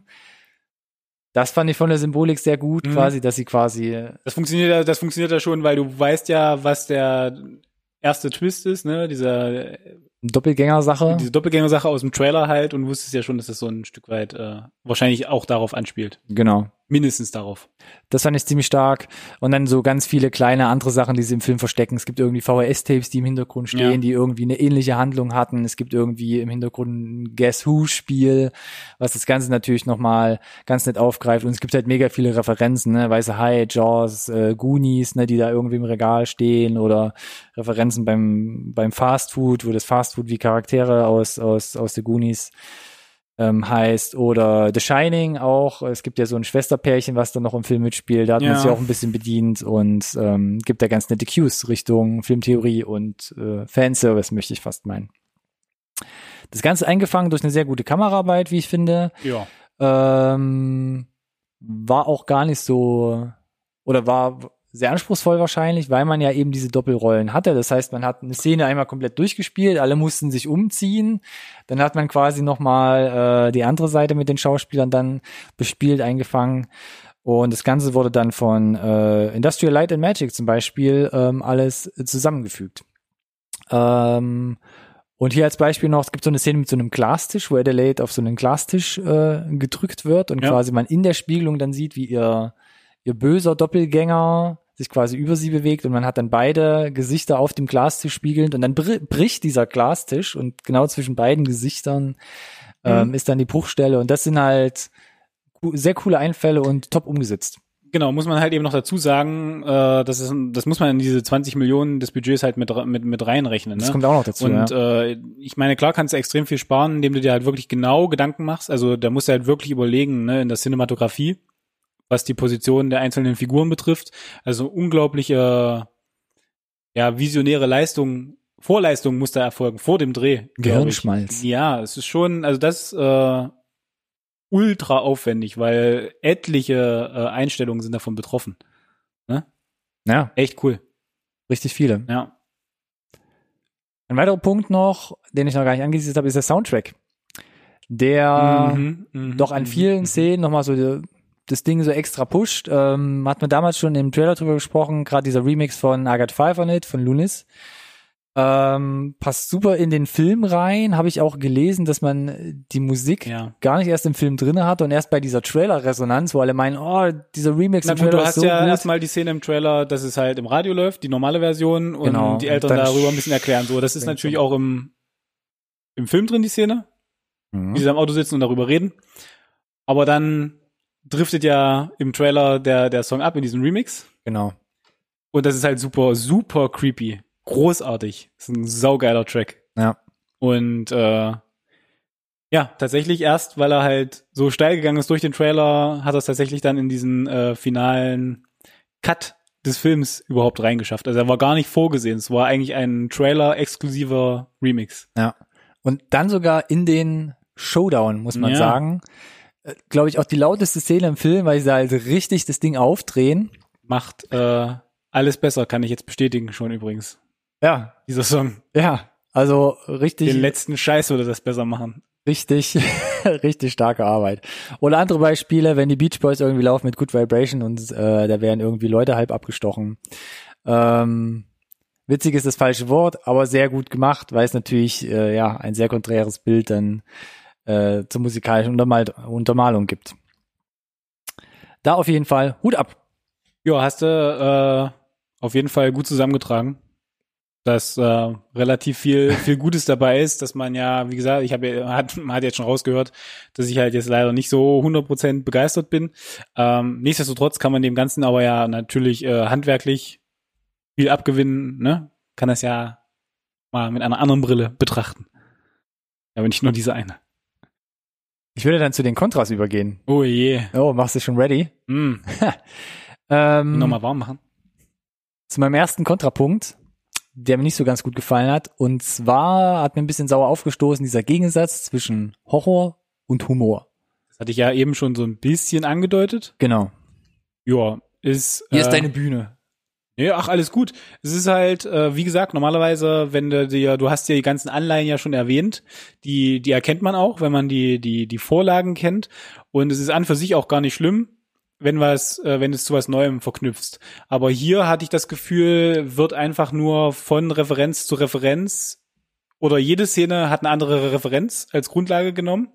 Das fand ich von der Symbolik sehr gut, mhm. quasi, dass sie quasi... Das funktioniert ja, das funktioniert ja schon, weil du weißt ja, was der erste Twist ist, ne, dieser Doppelgänger-Sache. Diese Doppelgänger-Sache aus dem Trailer halt und wusstest ja schon, dass das so ein Stück weit äh, wahrscheinlich auch darauf anspielt. Genau. Mindestens darauf. Das fand ich ziemlich stark. Und dann so ganz viele kleine andere Sachen, die sie im Film verstecken. Es gibt irgendwie V H S-Tapes, die im Hintergrund stehen, ja. die irgendwie eine ähnliche Handlung hatten. Es gibt irgendwie im Hintergrund ein Guess Who-Spiel, was das Ganze natürlich nochmal ganz nett aufgreift. Und es gibt halt mega viele Referenzen, ne? Weiße Hai, Jaws, äh, Goonies, ne, die da irgendwie im Regal stehen oder Referenzen beim beim Fastfood, wo das Fastfood wie Charaktere aus aus aus The Goonies Ähm, heißt, oder The Shining auch, es gibt ja so ein Schwesterpärchen, was dann noch im Film mitspielt, da hat ja. man sich auch ein bisschen bedient und ähm, gibt da ganz nette Cues Richtung Filmtheorie und äh, Fanservice, möchte ich fast meinen. Das Ganze eingefangen durch eine sehr gute Kameraarbeit, wie ich finde. Ja. Ähm, war auch gar nicht so, oder war sehr anspruchsvoll wahrscheinlich, weil man ja eben diese Doppelrollen hatte. Das heißt, man hat eine Szene einmal komplett durchgespielt, alle mussten sich umziehen. Dann hat man quasi nochmal äh, die andere Seite mit den Schauspielern dann bespielt, eingefangen. Und das Ganze wurde dann von äh, Industrial Light and Magic zum Beispiel ähm, alles zusammengefügt. Ähm, und hier als Beispiel noch, es gibt so eine Szene mit so einem Glastisch, wo Adelaide auf so einen Glastisch äh, gedrückt wird und ja. quasi man in der Spiegelung dann sieht, wie ihr ihr böser Doppelgänger sich quasi über sie bewegt und man hat dann beide Gesichter auf dem Glastisch spiegelnd und dann br- bricht dieser Glastisch und genau zwischen beiden Gesichtern ähm, mhm. ist dann die Bruchstelle und das sind halt co- sehr coole Einfälle und top umgesetzt. Genau, muss man halt eben noch dazu sagen, äh, das ist, das muss man in diese zwanzig Millionen des Budgets halt mit mit mit reinrechnen. Ne? Das kommt auch noch dazu. Und ja. äh, ich meine, klar kannst du extrem viel sparen, indem du dir halt wirklich genau Gedanken machst. Also da musst du halt wirklich überlegen, ne, in der Cinematografie, was die Position der einzelnen Figuren betrifft. Also unglaubliche, ja, visionäre Leistung, Vorleistung muss da erfolgen, vor dem Dreh. Gehirnschmalz. Ja, es ist schon, also das äh, ultra aufwendig, weil etliche äh, Einstellungen sind davon betroffen. Ne? Ja. Echt cool. Richtig viele. Ja. Ein weiterer Punkt noch, den ich noch gar nicht angesiedelt habe, ist der Soundtrack. Der mhm, mh, doch an vielen mh. Szenen nochmal so die, das Ding so extra pusht. Ähm, hat man damals schon im Trailer drüber gesprochen, gerade dieser Remix von I Got Five on It, von Lunis. Ähm, passt super in den Film rein. Habe ich auch gelesen, dass man die Musik Ja. gar nicht erst im Film drinne hat und erst bei dieser Trailer-Resonanz, wo alle meinen, oh, dieser Remix Na im gut, Trailer du hast ist so ja gut. erstmal die Szene im Trailer, dass es halt im Radio läuft, die normale Version, und Genau. die Eltern Und dann darüber ein bisschen erklären. So, das ist springt natürlich so. auch im, im Film drin, die Szene, Mhm. wie sie am Auto sitzen und darüber reden. Aber dann driftet ja im Trailer der, der Song ab in diesem Remix. Genau. Und das ist halt super, super creepy. Großartig. Das ist ein saugeiler Track. Ja. Und äh, ja, tatsächlich erst, weil er halt so steil gegangen ist durch den Trailer, hat er es tatsächlich dann in diesen äh, finalen Cut des Films überhaupt reingeschafft. Also er war gar nicht vorgesehen. Es war eigentlich ein Trailer-exklusiver Remix. Ja. Und dann sogar in den Showdown, muss man Ja. sagen. Glaube ich, auch die lauteste Szene im Film, weil sie halt richtig das Ding aufdrehen. Macht äh, alles besser, kann ich jetzt bestätigen schon übrigens. Ja, Dieser Song. ja. Also richtig, Den letzten Scheiß würde das besser machen. richtig, richtig starke Arbeit. Oder andere Beispiele, wenn die Beach Boys irgendwie laufen mit Good Vibration und äh, da werden irgendwie Leute halb abgestochen. Ähm, witzig ist das falsche Wort, aber sehr gut gemacht, weil es natürlich äh, ja ein sehr konträres Bild dann äh, zur musikalischen Untermal Untermalung gibt. Da auf jeden Fall Hut ab. Ja, hast du äh, auf jeden Fall gut zusammengetragen, dass äh, relativ viel viel Gutes dabei ist, dass man ja, wie gesagt, ich habe ja, hat, man hat jetzt schon rausgehört, dass ich halt jetzt leider nicht so hundert Prozent begeistert bin. Ähm, nichtsdestotrotz kann man dem Ganzen aber ja natürlich äh, handwerklich viel abgewinnen, ne? Kann das ja mal mit einer anderen Brille betrachten. Aber nicht nur diese eine. Ich würde dann zu den Kontras übergehen. Oh je. Oh, machst du schon ready? Mm. Ähm, Nochmal warm machen. Zu meinem ersten Kontrapunkt, der mir nicht so ganz gut gefallen hat. Und zwar hat mir ein bisschen sauer aufgestoßen dieser Gegensatz zwischen Horror und Humor. Das hatte ich ja eben schon so ein bisschen angedeutet. Genau. Ja, ist Hier ist äh, deine Bühne. Nee, ach, alles gut. Es ist halt, äh, wie gesagt, normalerweise, wenn du dir, du hast ja die ganzen Anleihen ja schon erwähnt, die, die erkennt man auch, wenn man die, die, die Vorlagen kennt. Und es ist an für sich auch gar nicht schlimm, wenn was, äh, wenn es zu was Neuem verknüpfst. Aber hier hatte ich das Gefühl, wird einfach nur von Referenz zu Referenz oder jede Szene hat eine andere Referenz als Grundlage genommen.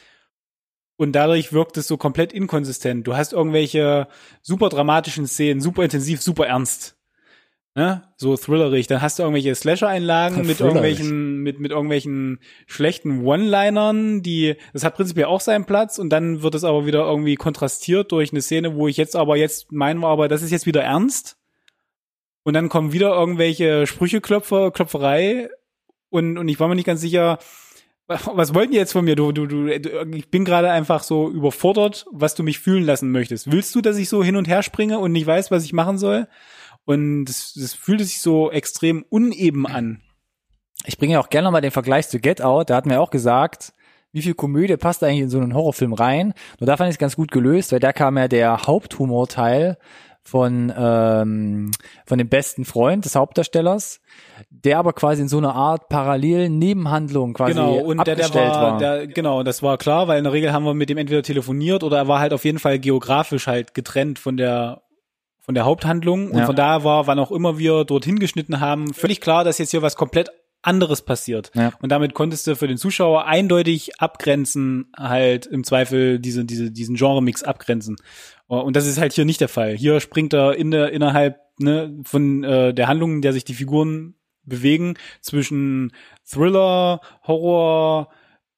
Und dadurch wirkt es so komplett inkonsistent. Du hast irgendwelche super dramatischen Szenen, super intensiv, super ernst. Ne? So thrillerig. Dann hast du irgendwelche Slasher-Einlagen mit irgendwelchen, mit, mit irgendwelchen schlechten One-Linern, die, das hat prinzipiell auch seinen Platz, und dann wird es aber wieder irgendwie kontrastiert durch eine Szene, wo ich jetzt aber jetzt meinen wir aber, das ist jetzt wieder ernst. Und dann kommen wieder irgendwelche Sprücheklopfer, Klopferei, und, und ich war mir nicht ganz sicher, was wollten die jetzt von mir? Du, du, du, ich bin gerade einfach so überfordert, was du mich fühlen lassen möchtest. Willst du, dass ich so hin und her springe und nicht weiß, was ich machen soll? Und das, das fühlte sich so extrem uneben an. Ich bringe auch gerne nochmal den Vergleich zu Get Out. Da hatten wir auch gesagt, wie viel Komödie passt eigentlich in so einen Horrorfilm rein? Nur da fand ich es ganz gut gelöst, weil da kam ja der Haupthumorteil von ähm, von dem besten Freund des Hauptdarstellers, der aber quasi in so einer Art parallelen Nebenhandlung quasi genau, und abgestellt der, der war, war. Der, genau, das war klar, weil in der Regel haben wir mit dem entweder telefoniert oder er war halt auf jeden Fall geografisch halt getrennt von der von der Haupthandlung, und ja. von da war, wann auch immer wir dorthin geschnitten haben, völlig klar, dass jetzt hier was komplett anderes passiert. Ja. Und damit konntest du für den Zuschauer eindeutig abgrenzen, halt im Zweifel diese, diese, diesen Genre-Mix abgrenzen. Und das ist halt hier nicht der Fall. Hier springt er in der, innerhalb ne, von äh, der Handlung, in der sich die Figuren bewegen, zwischen Thriller, Horror,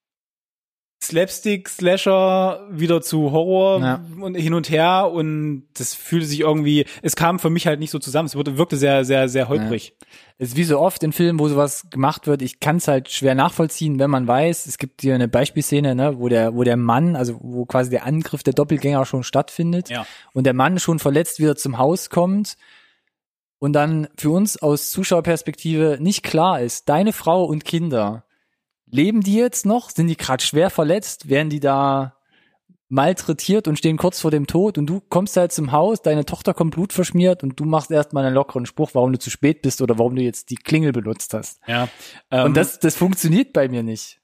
Slapstick, Slasher, wieder zu Horror Ja. und hin und her, und das fühlte sich irgendwie, es kam für mich halt nicht so zusammen, es wurde, wirkte sehr, sehr, sehr holprig. Ja. Es ist wie so oft in Filmen, wo sowas gemacht wird, ich kann es halt schwer nachvollziehen, wenn man weiß, es gibt hier eine Beispielszene, ne, wo der, wo der Mann, also wo quasi der Angriff der Doppelgänger schon stattfindet, Ja. und der Mann schon verletzt wieder zum Haus kommt und dann für uns aus Zuschauerperspektive nicht klar ist, deine Frau und Kinder, leben die jetzt noch? Sind die gerade schwer verletzt? Werden die da malträtiert und stehen kurz vor dem Tod, und du kommst halt zum Haus, deine Tochter kommt blutverschmiert und du machst erstmal einen lockeren Spruch, warum du zu spät bist oder warum du jetzt die Klingel benutzt hast. Ja. Ähm, Und das, das funktioniert bei mir nicht.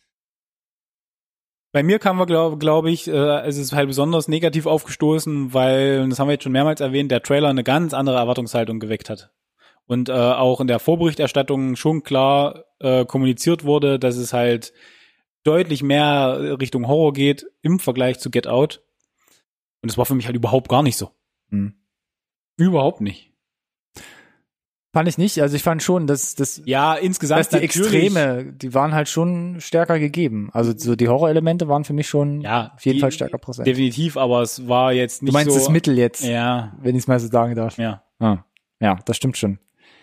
Bei mir kam wir, glaube glaub ich, äh, es ist halt besonders negativ aufgestoßen, weil, und das haben wir jetzt schon mehrmals erwähnt, der Trailer eine ganz andere Erwartungshaltung geweckt hat. und äh, auch in der Vorberichterstattung schon klar äh, kommuniziert wurde, dass es halt deutlich mehr Richtung Horror geht im Vergleich zu Get Out. Und das war für mich halt überhaupt gar nicht so. Hm. Überhaupt nicht. Fand ich nicht. Also ich fand schon, dass, dass, Ja, insgesamt dass die Extreme, die waren halt schon stärker gegeben. Also so die Horrorelemente waren für mich schon ja, auf jeden die, Fall stärker präsent. Definitiv, aber es war jetzt nicht Du meinst so. das Mittel jetzt, Ja, wenn ich es mal so sagen darf. ja. Ah, ja, das stimmt schon.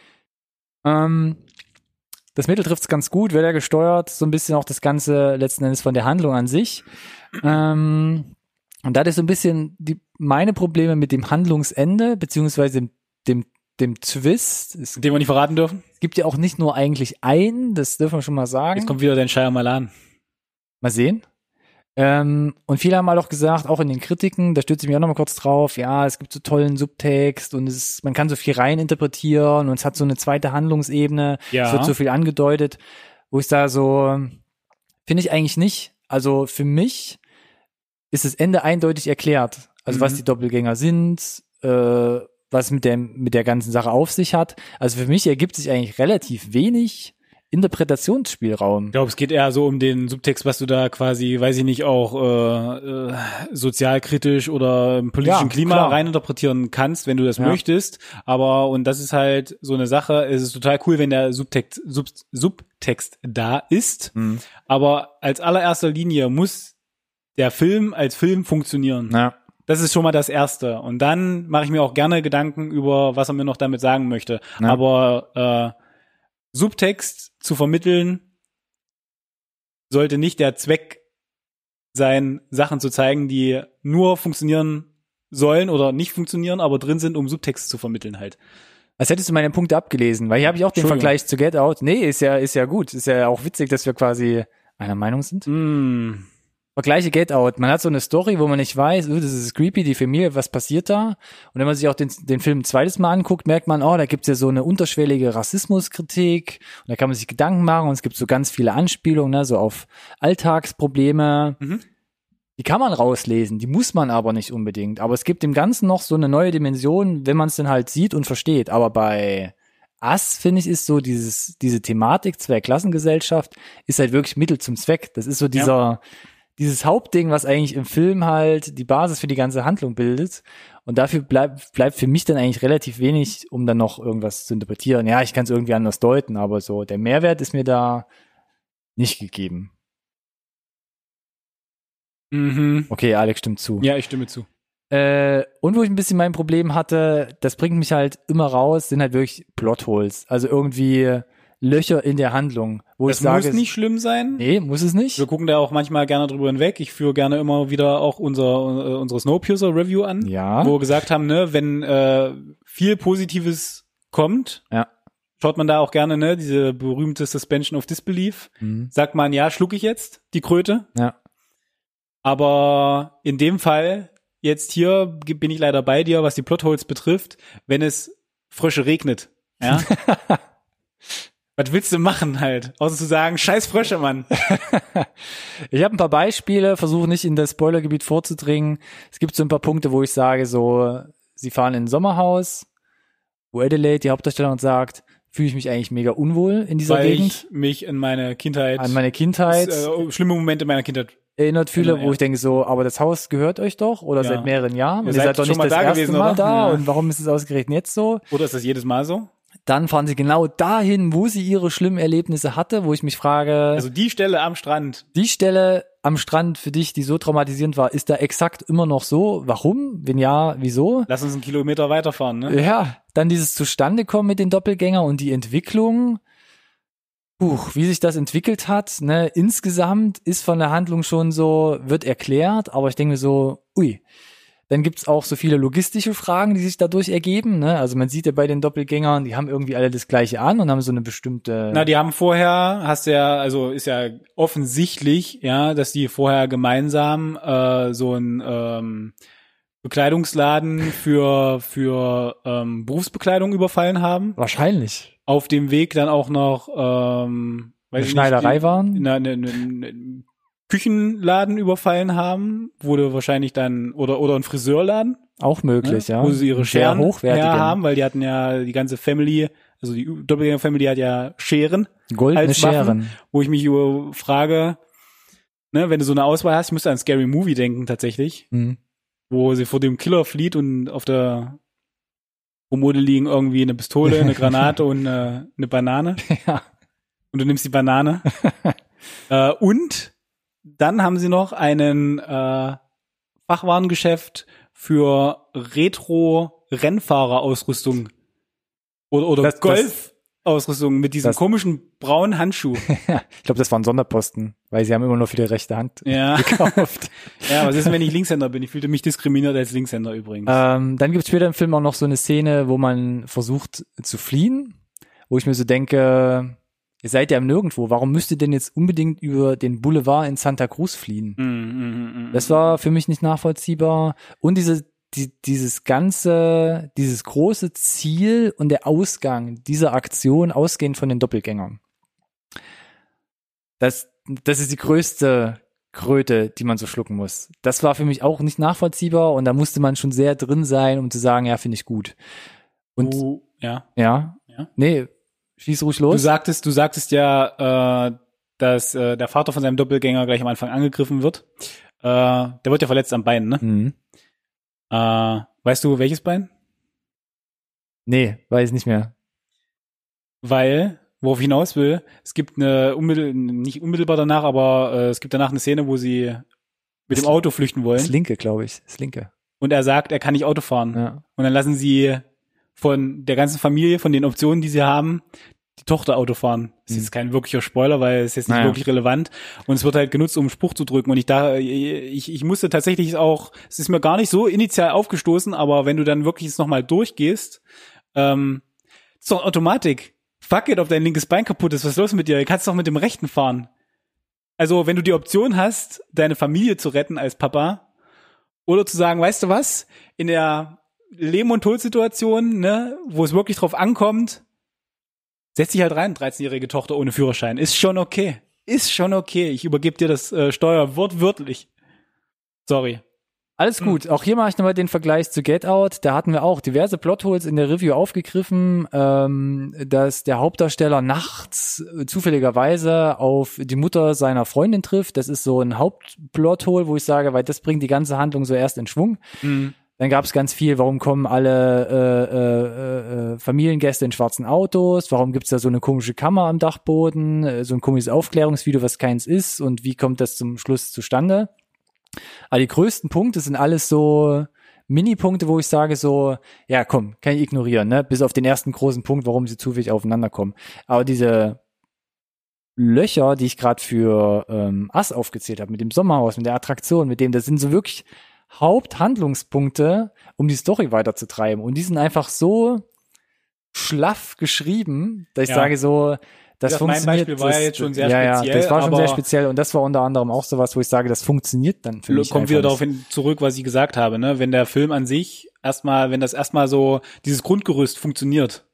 Ähm, das Mittel trifft es ganz gut, wird er gesteuert, so ein bisschen auch das Ganze letzten Endes von der Handlung an sich. Ähm, und da hatte ich so ein bisschen die, meine Probleme mit dem Handlungsende, beziehungsweise dem, dem, dem Twist. Es, Den wir nicht verraten dürfen. es gibt ja auch nicht nur eigentlich einen, das dürfen wir schon mal sagen. Jetzt kommt wieder dein Shyamalan. Mal sehen. Ähm, und viele haben halt auch gesagt, auch in den Kritiken, da stütze ich mich auch nochmal kurz drauf, ja, es gibt so tollen Subtext und es ist, man kann so viel rein interpretieren und es hat so eine zweite Handlungsebene, Ja. es wird so viel angedeutet, wo ich da so, finde ich eigentlich nicht. Also für mich ist das Ende eindeutig erklärt. Also Mhm. was die Doppelgänger sind, äh, was mit der, mit der ganzen Sache auf sich hat. Also für mich ergibt sich eigentlich relativ wenig Interpretationsspielraum. Ich glaube, es geht eher so um den Subtext, was du da quasi, weiß ich nicht, auch äh, äh, sozialkritisch oder im politischen Ja, Klima klar. reininterpretieren kannst, wenn du das Ja. möchtest. Aber, und das ist halt so eine Sache, es ist total cool, wenn der Subtext, Sub, Subtext da ist. Mhm. Aber als allererster Linie muss der Film als Film funktionieren. Ja. Das ist schon mal das Erste. Und dann mache ich mir auch gerne Gedanken über, was er mir noch damit sagen möchte. Ja. Aber äh, Subtext zu vermitteln sollte nicht der Zweck sein, Sachen zu zeigen, die nur funktionieren sollen oder nicht funktionieren, aber drin sind, um Subtext zu vermitteln halt. Als hättest du meine Punkte abgelesen, weil hier habe ich auch den Entschuldigung. Vergleich zu Get Out. Nee, ist ja, ist ja gut. Ist ja auch witzig, dass wir quasi einer Meinung sind. Mm. Vergleiche Get Out. Man hat so eine Story, wo man nicht weiß, oh, das ist creepy, die Familie, was passiert da? Und wenn man sich auch den, den Film ein zweites Mal anguckt, merkt man, oh, da gibt's ja so eine unterschwellige Rassismuskritik. Und da kann man sich Gedanken machen und es gibt so ganz viele Anspielungen, ne, so auf Alltagsprobleme. Mhm. Die kann man rauslesen, die muss man aber nicht unbedingt. Aber es gibt dem Ganzen noch so eine neue Dimension, wenn man es dann halt sieht und versteht. Aber bei Us, finde ich, ist so dieses, diese Thematik Zweiklassengesellschaft ist halt wirklich Mittel zum Zweck. Das ist so dieser, ja. dieses Hauptding, was eigentlich im Film halt die Basis für die ganze Handlung bildet. Und dafür bleibt, bleibt für mich dann eigentlich relativ wenig, um dann noch irgendwas zu interpretieren. Ja, ich kann es irgendwie anders deuten, aber so der Mehrwert ist mir da nicht gegeben. Mhm. Okay, Alex stimmt zu. Ja, ich stimme zu. Äh, und wo ich ein bisschen mein Problem hatte, das bringt mich halt immer raus, sind halt wirklich Plotholes. Also irgendwie Löcher in der Handlung. Wo Das ich sage, muss nicht schlimm sein. Nee, muss es nicht. Wir gucken da auch manchmal gerne drüber hinweg. Ich führe gerne immer wieder auch unser äh, unsere Snowpiercer-Review an, Ja. wo wir gesagt haben, ne, wenn äh, viel Positives kommt, Ja. schaut man da auch gerne, ne, diese berühmte Suspension of Disbelief. Mhm. Sagt man, ja, schluck ich jetzt die Kröte. Ja. Aber in dem Fall, jetzt hier bin ich leider bei dir, was die Plotholes betrifft, wenn es Frösche regnet. Ja. Was willst du machen halt? Außer zu sagen, scheiß Frösche, Mann. Ich habe ein paar Beispiele, versuche nicht in das Spoilergebiet vorzudringen. Es gibt so ein paar Punkte, wo ich sage, so, sie fahren in ein Sommerhaus, wo Adelaide, die Hauptdarstellerin, sagt, fühle ich mich eigentlich mega unwohl in dieser Weil Gegend. ich mich in meine Kindheit, An meine Kindheit äh, schlimme Momente meiner Kindheit. erinnert fühle, Genau, wo ja. ich denke so, aber das Haus gehört euch doch oder Ja. seit mehreren Jahren. Ihr Und seid ihr seid doch schon nicht mal das da erste gewesen, Mal oder? da. Ja. Und warum ist es ausgerechnet jetzt so? Oder ist das jedes Mal so? Dann fahren sie genau dahin, wo sie ihre schlimmen Erlebnisse hatte, wo ich mich frage, Also die Stelle am Strand. die Stelle am Strand für dich, die so traumatisierend war, ist da exakt immer noch so? Warum? Wenn ja, wieso? Lass uns einen Kilometer weiterfahren, ne? Ja, dann dieses Zustandekommen mit den Doppelgänger und die Entwicklung. Puh, wie sich das entwickelt hat, ne, insgesamt ist von der Handlung schon so, wird erklärt, aber ich denke mir so, ui. Dann gibt's auch so viele logistische Fragen, die sich dadurch ergeben, ne? Also man sieht ja bei den Doppelgängern, die haben irgendwie alle das Gleiche an und haben so eine bestimmte. Na, die haben vorher, hast du ja, also ist ja offensichtlich, ja, dass die vorher gemeinsam äh, so ein ähm, Bekleidungsladen für für ähm, Berufsbekleidung überfallen haben. Wahrscheinlich. Auf dem Weg dann auch noch ähm, weiß Eine ich Schneiderei nicht, die, waren? in eine, eine, eine Küchenladen überfallen haben, wurde wahrscheinlich dann oder oder ein Friseurladen, Auch möglich, ne? ja. Wo sie ihre Sehr Scheren hochwertige. her haben, weil die hatten ja die ganze Family Also die Doppelgänger-Family hat ja Scheren. Goldene als Waffen, Scheren. Wo ich mich über frage, ne, wenn du so eine Auswahl hast, ich musste an Scary Movie denken tatsächlich, Mhm. wo sie vor dem Killer flieht und auf der Kommode liegen irgendwie eine Pistole, eine Granate und eine, eine Banane. Ja. Und du nimmst die Banane. äh, und dann haben sie noch einen äh, Fachwarengeschäft für Retro-Rennfahrer-Ausrüstung oder, oder Das- Golf-Ausrüstung mit diesem das- komischen braunen Handschuh. Ich glaube, das war ein Sonderposten, weil sie haben immer nur für die rechte Hand Ja. gekauft. Ja, was ist denn, wenn ich Linkshänder bin? Ich fühlte mich diskriminiert als Linkshänder übrigens. ähm, dann gibt es später im Film auch noch so eine Szene, wo man versucht zu fliehen, wo ich mir so denke, ihr seid ja im Nirgendwo, warum müsst ihr denn jetzt unbedingt über den Boulevard in Santa Cruz fliehen? Mm, mm, mm, Das war für mich nicht nachvollziehbar. Und diese, die, dieses ganze, dieses große Ziel und der Ausgang dieser Aktion, ausgehend von den Doppelgängern. Das, das ist die größte Kröte, die man so schlucken muss. Das war für mich auch nicht nachvollziehbar und da musste man schon sehr drin sein, um zu sagen, ja, finde ich gut. Und du, ja. ja, Ja. nee, schieß ruhig Du los. sagtest, du sagtest ja, äh, dass äh, der Vater von seinem Doppelgänger gleich am Anfang angegriffen wird. Äh, der wird ja verletzt am Bein, ne? Mhm. Äh, weißt du, welches Bein? Nee, weiß nicht mehr. Weil, worauf ich hinaus will, es gibt eine unmittel, nicht unmittelbar danach, aber äh, es gibt danach eine Szene, wo sie mit dem Auto flüchten Das wollen. linke, glaube ich. Das linke. Und er sagt, er kann nicht Auto fahren. Ja. Und dann lassen sie von der ganzen Familie, von den Optionen, die sie haben, die Tochter Auto fahren. Das ist jetzt kein wirklicher Spoiler, weil es jetzt nicht Naja. wirklich relevant. Und es wird halt genutzt, um einen Spruch zu drücken. Und ich da, ich, ich musste tatsächlich auch, es ist mir gar nicht so initial aufgestoßen, aber wenn du dann wirklich es nochmal durchgehst, ähm, ist doch Automatik. Fuck it, ob dein linkes Bein kaputt ist. Was ist los mit dir? Du kannst doch mit dem rechten fahren. Also, wenn du die Option hast, deine Familie zu retten als Papa, oder zu sagen, weißt du was, in der Leben- und Todsituation, ne, wo es wirklich drauf ankommt, setz dich halt rein, dreizehnjährige Tochter ohne Führerschein. Ist schon okay. Ist schon okay. Ich übergebe dir das äh, Steuer wortwörtlich. Sorry. Alles gut. Auch hier mache ich nochmal den Vergleich zu Get Out. Da hatten wir auch diverse Plotholes in der Review aufgegriffen, ähm, dass der Hauptdarsteller nachts äh, zufälligerweise auf die Mutter seiner Freundin trifft. Das ist so ein Hauptplothole, wo ich sage, weil das bringt die ganze Handlung so erst in Schwung. Mhm. Dann gab es ganz viel, warum kommen alle äh, äh, äh, Familiengäste in schwarzen Autos, warum gibt's da so eine komische Kammer am Dachboden, äh, so ein komisches Aufklärungsvideo, was keins ist und wie kommt das zum Schluss zustande. Aber die größten Punkte sind alles so Mini-Punkte, wo ich sage so, ja komm, kann ich ignorieren, ne? Bis auf den ersten großen Punkt, warum sie zufällig aufeinander kommen. Aber diese Löcher, die ich gerade für ähm, Ass aufgezählt habe, mit dem Sommerhaus, mit der Attraktion, mit dem, das sind so wirklich Haupthandlungspunkte, um die Story weiterzutreiben. Und die sind einfach so schlaff geschrieben, dass ich Ja. sage so, das Ja, mein funktioniert. Beispiel war das, ja jetzt schon sehr ja, speziell, Ja, das war schon aber- sehr speziell und das war unter anderem auch sowas, wo ich sage, das funktioniert dann für mich Kommt einfach wieder nicht. darauf hin zurück, was ich gesagt habe, ne? Wenn der Film an sich erstmal, wenn das erstmal so, dieses Grundgerüst funktioniert,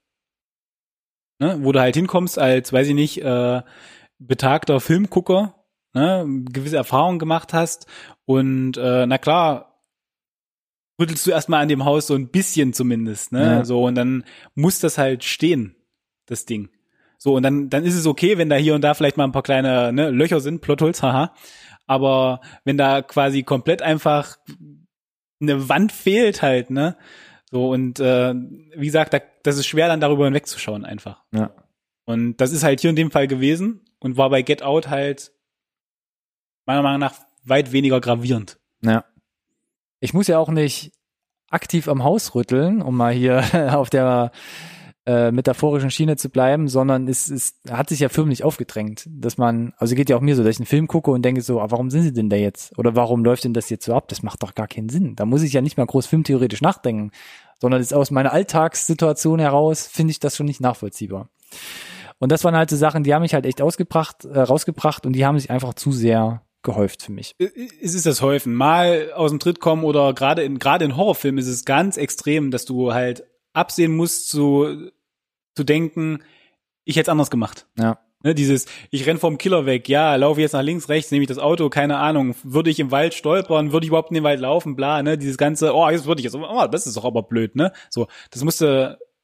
ne? Wo du halt hinkommst als, weiß ich nicht, äh, betagter Filmgucker, ne? Gewisse Erfahrungen gemacht hast und äh, na klar, rüttelst du erstmal an dem Haus so ein bisschen zumindest, ne? Ja. So, und dann muss das halt stehen, das Ding. So, und dann, dann ist es okay, wenn da hier und da vielleicht mal ein paar kleine ne, Löcher sind, Plotholes, haha. Aber wenn da quasi komplett einfach eine Wand fehlt halt, ne? So, und äh, wie gesagt, da, das ist schwer dann darüber hinwegzuschauen einfach. Ja. Und das ist halt hier in dem Fall gewesen und war bei Get Out halt meiner Meinung nach weit weniger gravierend. Ja. Ich muss ja auch nicht aktiv am Haus rütteln, um mal hier auf der äh, metaphorischen Schiene zu bleiben, sondern es, es hat sich ja förmlich aufgedrängt, dass man, also geht ja auch mir so, dass ich einen Film gucke und denke so, ah, warum sind sie denn da jetzt? Oder warum läuft denn das jetzt so ab? Das macht doch gar keinen Sinn. Da muss ich ja nicht mal groß filmtheoretisch nachdenken, sondern ist aus meiner Alltagssituation heraus, finde ich das schon nicht nachvollziehbar. Und das waren halt so Sachen, die haben mich halt echt ausgebracht, äh, rausgebracht und die haben sich einfach zu sehr gehäuft für mich. Es ist das Häufen. Mal aus dem Tritt kommen oder gerade in, gerade in Horrorfilmen ist es ganz extrem, dass du halt absehen musst zu, zu denken, ich hätte es anders gemacht. Ja. Ne, dieses, ich renn vom Killer weg, ja, laufe jetzt nach links, rechts, nehme ich das Auto, keine Ahnung, würde ich im Wald stolpern, würde ich überhaupt in den Wald laufen, bla, ne, dieses ganze, oh, jetzt würde ich jetzt, oh, das ist doch aber blöd, ne, so, das musste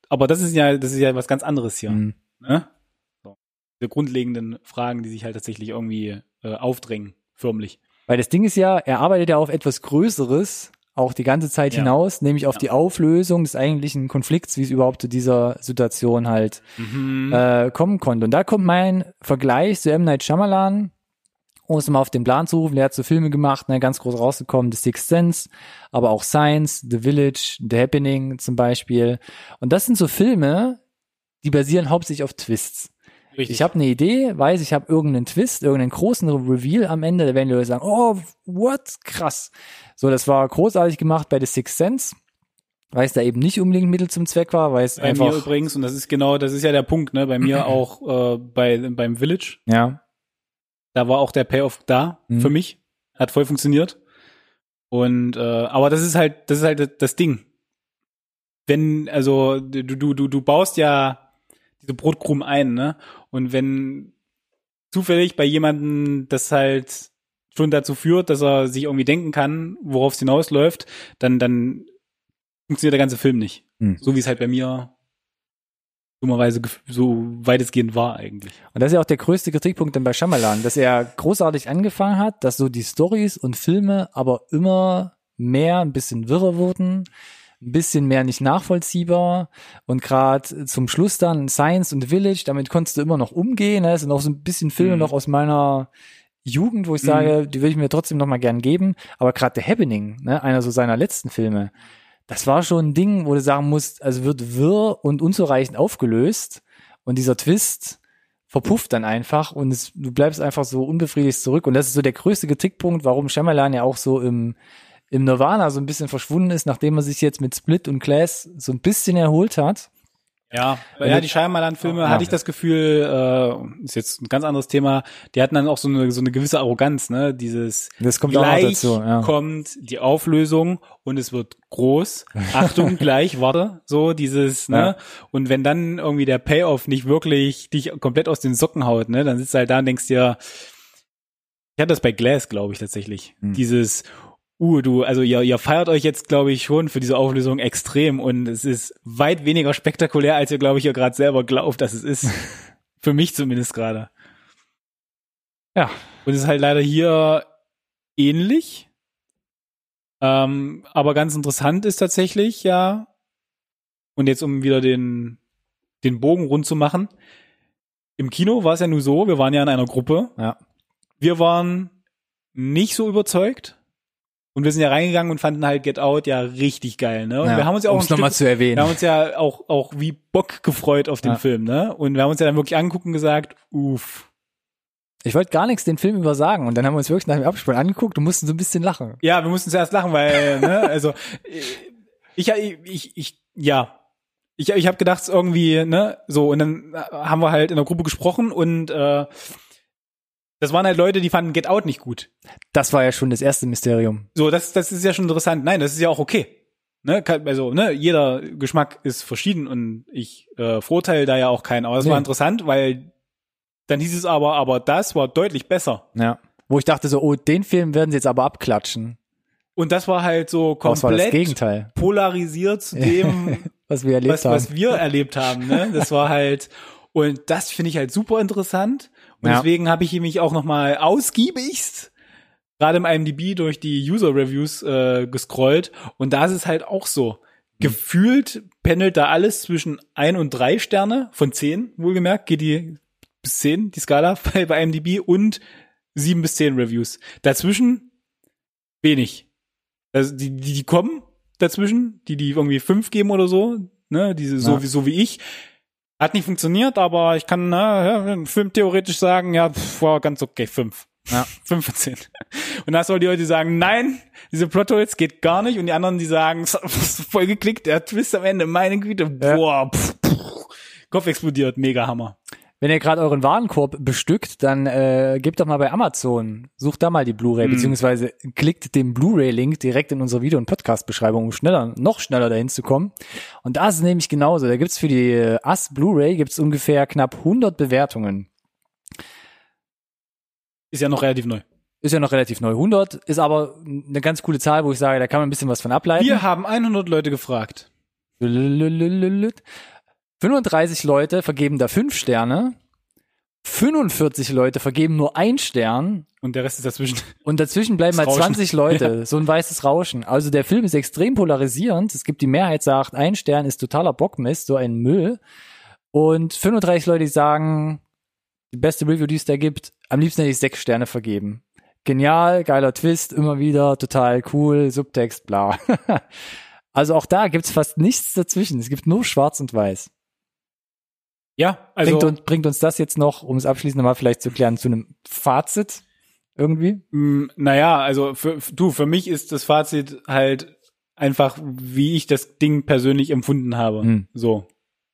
aber das ist ja, das ist ja was ganz anderes hier. Mhm. Ne? So. Diese grundlegenden Fragen, die sich halt tatsächlich irgendwie äh, aufdrängen, förmlich. Weil das Ding ist ja, er arbeitet ja auf etwas Größeres, auch die ganze Zeit Ja. hinaus, nämlich auf Ja. die Auflösung des eigentlichen Konflikts, wie es überhaupt zu dieser Situation halt Mhm. äh, kommen konnte. Und da kommt mein Vergleich zu M. Night Shyamalan, um es mal auf den Plan zu rufen. Der hat so Filme gemacht, ne, ganz groß rausgekommen, The Sixth Sense, aber auch Signs, The Village, The Happening zum Beispiel. Und das sind so Filme, die basieren hauptsächlich auf Twists. Richtig. Ich habe eine Idee, weiß, ich habe irgendeinen Twist, irgendeinen großen Reveal am Ende, da werden die Leute sagen, oh, what, krass. So, das war großartig gemacht bei The Sixth Sense, weil es da eben nicht unbedingt Mittel zum Zweck war, weil es bei einfach... mir übrigens, und das ist genau, das ist ja der Punkt, ne, bei mir auch äh, bei beim Village, Ja. da war auch der Payoff da Mhm. für mich, hat voll funktioniert. Und äh, aber das ist halt, das ist halt das Ding. Wenn, also du du du du baust ja diese Brotkrumen ein, ne? Und wenn zufällig bei jemandem das halt schon dazu führt, dass er sich irgendwie denken kann, worauf es hinausläuft, dann dann funktioniert der ganze Film nicht. Hm. So wie es halt bei mir dummerweise gef- so weitestgehend war eigentlich. Und das ist ja auch der größte Kritikpunkt dann bei Shyamalan, dass er großartig angefangen hat, dass so die Storys und Filme aber immer mehr ein bisschen wirrer wurden, ein bisschen mehr nicht nachvollziehbar und gerade zum Schluss dann Science und Village, damit konntest du immer noch umgehen. Ne? Das sind auch so ein bisschen Filme Mhm. noch aus meiner Jugend, wo ich Mhm. sage, die würde ich mir trotzdem noch mal gern geben. Aber gerade The Happening, ne, einer so seiner letzten Filme, das war schon ein Ding, wo du sagen musst, also wird wirr und unzureichend aufgelöst und dieser Twist verpufft dann einfach und es, du bleibst einfach so unbefriedigt zurück und das ist so der größte Kritikpunkt, warum Shyamalan ja auch so im im Nirvana so ein bisschen verschwunden ist, nachdem er sich jetzt mit Split und Glass so ein bisschen erholt hat. Ja, ja, die Shyamalan-Filme Ja. hatte ich das Gefühl, äh, ist jetzt ein ganz anderes Thema, die hatten dann auch so eine so eine gewisse Arroganz, ne? Dieses Das kommt auch noch gleich dazu, ja. kommt die Auflösung und es wird groß. Achtung, gleich, warte, so dieses, ne? Ja. Und wenn dann irgendwie der Payoff nicht wirklich dich komplett aus den Socken haut, ne, dann sitzt du halt da und denkst dir, ich hatte das bei Glass, glaube ich, tatsächlich. Hm. Dieses Uh, du, also ihr, ihr feiert euch jetzt, glaube ich, schon für diese Auflösung extrem und es ist weit weniger spektakulär, als ihr, glaube ich, ihr gerade selber glaubt, dass es ist. Für mich zumindest gerade. Ja. Und es ist halt leider hier ähnlich. Ähm, aber ganz interessant ist tatsächlich, ja, und jetzt um wieder den, den Bogen rund zu machen, im Kino war es ja nur so, wir waren ja in einer Gruppe. Ja. Wir waren nicht so überzeugt. Und wir sind ja reingegangen und fanden halt Get Out ja richtig geil, ne? Und Ja, wir haben uns ja auch um's ein noch mal Stück, zu erwähnen. wir haben uns ja auch auch wie Bock gefreut auf den Ja. Film, ne? Und wir haben uns ja dann wirklich angeguckt und gesagt, uff. Ich wollte gar nichts den Film übersagen und dann haben wir uns wirklich nach dem Abspann angeguckt und mussten so ein bisschen lachen. Ja, wir mussten zuerst lachen, weil, ne, also ich ich ich, ich ja, ich ich habe gedacht irgendwie, ne, so und dann haben wir halt in der Gruppe gesprochen und äh, das waren halt Leute, die fanden Get Out nicht gut. Das war ja schon das erste Mysterium. So, das, das ist ja schon interessant. Nein, das ist ja auch okay. Ne, kann- also, ne, jeder Geschmack ist verschieden und ich äh, verurteile da ja auch keinen. Aber es Nee. war interessant, weil dann hieß es aber, aber das war deutlich besser. Ja. Wo ich dachte so, oh, den Film werden sie jetzt aber abklatschen. Und das war halt so Aber es war das komplett Gegenteil, polarisiert zu dem, was wir erlebt was, haben. was wir erlebt haben. Ne? Das war halt, und das finde ich halt super interessant. Und Ja. deswegen habe ich mich auch nochmal ausgiebigst gerade im I M D B durch die User-Reviews äh, gescrollt. Und da ist es halt auch so. Gefühlt pendelt da alles zwischen ein und drei Sterne von zehn, wohlgemerkt, geht die bis zehn, die Skala bei, bei I M D B und sieben bis zehn Reviews. Dazwischen wenig. Also die, die, die kommen dazwischen, die, die irgendwie fünf geben oder so, ne, diese, so Ja. wie, so wie ich. Hat nicht funktioniert, aber ich kann, na, ja, im Film theoretisch sagen, ja, pff, war ganz okay, fünf. Ja. Fünf von zehn. Und da soll die Leute, die sagen, nein, diese Plot-Holes geht gar nicht. Und die anderen, die sagen, voll geklickt, der Twist am Ende, meine Güte, Ja. boah, pff, pff, Kopf explodiert, mega Hammer. Wenn ihr gerade euren Warenkorb bestückt, dann äh, gebt doch mal bei Amazon, sucht da mal die Blu-ray, Mhm. beziehungsweise klickt den Blu-ray-Link direkt in unserer Video- und Podcast-Beschreibung, um schneller, noch schneller dahin zu kommen. Und da ist es nämlich genauso. Da gibt's für die äh, Us Blu-ray gibt's ungefähr knapp hundert Bewertungen. Ist ja noch relativ neu. Ist ja noch relativ neu. hundert ist aber eine ganz coole Zahl, wo ich sage, da kann man ein bisschen was von ableiten. Wir haben hundert Leute gefragt. fünfunddreißig Leute vergeben da fünf Sterne. fünfundvierzig Leute vergeben nur ein Stern. Und der Rest ist dazwischen. Und dazwischen bleiben halt zwanzig Leute. Ja. So ein weißes Rauschen. Also der Film ist extrem polarisierend. Es gibt die Mehrheit, sagt, ein Stern ist totaler Bockmist, so ein Müll. Und fünfunddreißig Leute, die sagen, die beste Review, die es da gibt, am liebsten hätte ich sechs Sterne vergeben. Genial, geiler Twist, immer wieder, total cool, Subtext, bla. Also auch da gibt's fast nichts dazwischen. Es gibt nur Schwarz und Weiß. Ja, also bringt uns, bringt uns das jetzt noch, um es abschließend nochmal vielleicht zu klären, zu einem Fazit irgendwie? Mm, naja, also für, du, für mich ist das Fazit halt einfach, wie ich das Ding persönlich empfunden habe. Hm. So.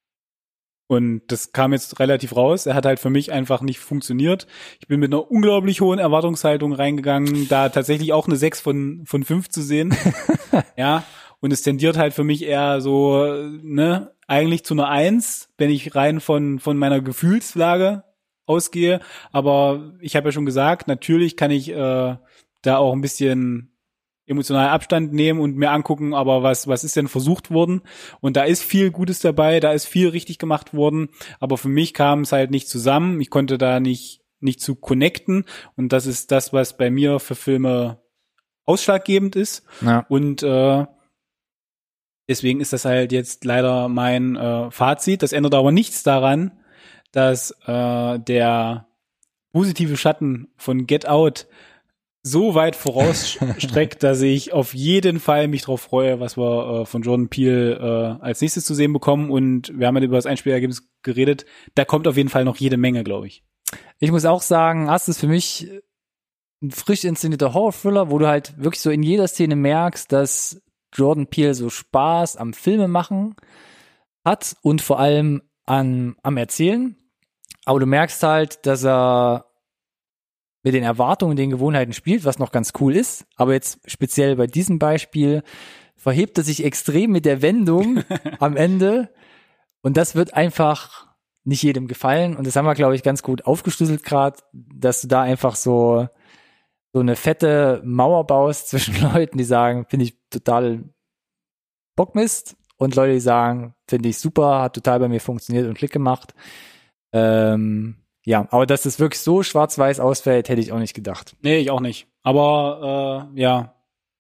Und das kam jetzt relativ raus. Er hat halt für mich einfach nicht funktioniert. Ich bin mit einer unglaublich hohen Erwartungshaltung reingegangen, da tatsächlich auch eine sechs von von fünf zu sehen. Ja. Und es tendiert halt für mich eher so, ne, eigentlich zu einer eins, wenn ich rein von von meiner Gefühlslage ausgehe. Aber ich habe ja schon gesagt, natürlich kann ich äh, da auch ein bisschen emotional Abstand nehmen und mir angucken, aber was was ist denn versucht worden? Und da ist viel Gutes dabei, da ist viel richtig gemacht worden. Aber für mich kam es halt nicht zusammen. Ich konnte da nicht nicht zu connecten. Und das ist das, was bei mir für Filme ausschlaggebend ist. Ja. Und äh, deswegen ist das halt jetzt leider mein äh, Fazit. Das ändert aber nichts daran, dass äh, der positive Schatten von Get Out so weit vorausstreckt, dass ich auf jeden Fall mich drauf freue, was wir äh, von Jordan Peele äh, als nächstes zu sehen bekommen. Und wir haben ja über das Einspielergebnis geredet. Da kommt auf jeden Fall noch jede Menge, glaube ich. Ich muss auch sagen, Ast ist für mich ein frisch inszenierter Horror-Thriller, wo du halt wirklich so in jeder Szene merkst, dass Jordan Peele so Spaß am Filmemachen hat und vor allem an, am Erzählen. Aber du merkst halt, dass er mit den Erwartungen, den Gewohnheiten spielt, was noch ganz cool ist. Aber jetzt speziell bei diesem Beispiel verhebt er sich extrem mit der Wendung am Ende. Und das wird einfach nicht jedem gefallen. Und das haben wir, glaube ich, ganz gut aufgeschlüsselt gerade, dass du da einfach so so eine fette Mauer baust zwischen Leuten, die sagen, finde ich total Bockmist, und Leute, die sagen, finde ich super, hat total bei mir funktioniert und Klick gemacht. Ähm, ja, aber dass das wirklich so schwarz-weiß ausfällt, hätte ich auch nicht gedacht. Nee, ich auch nicht. Aber äh, ja,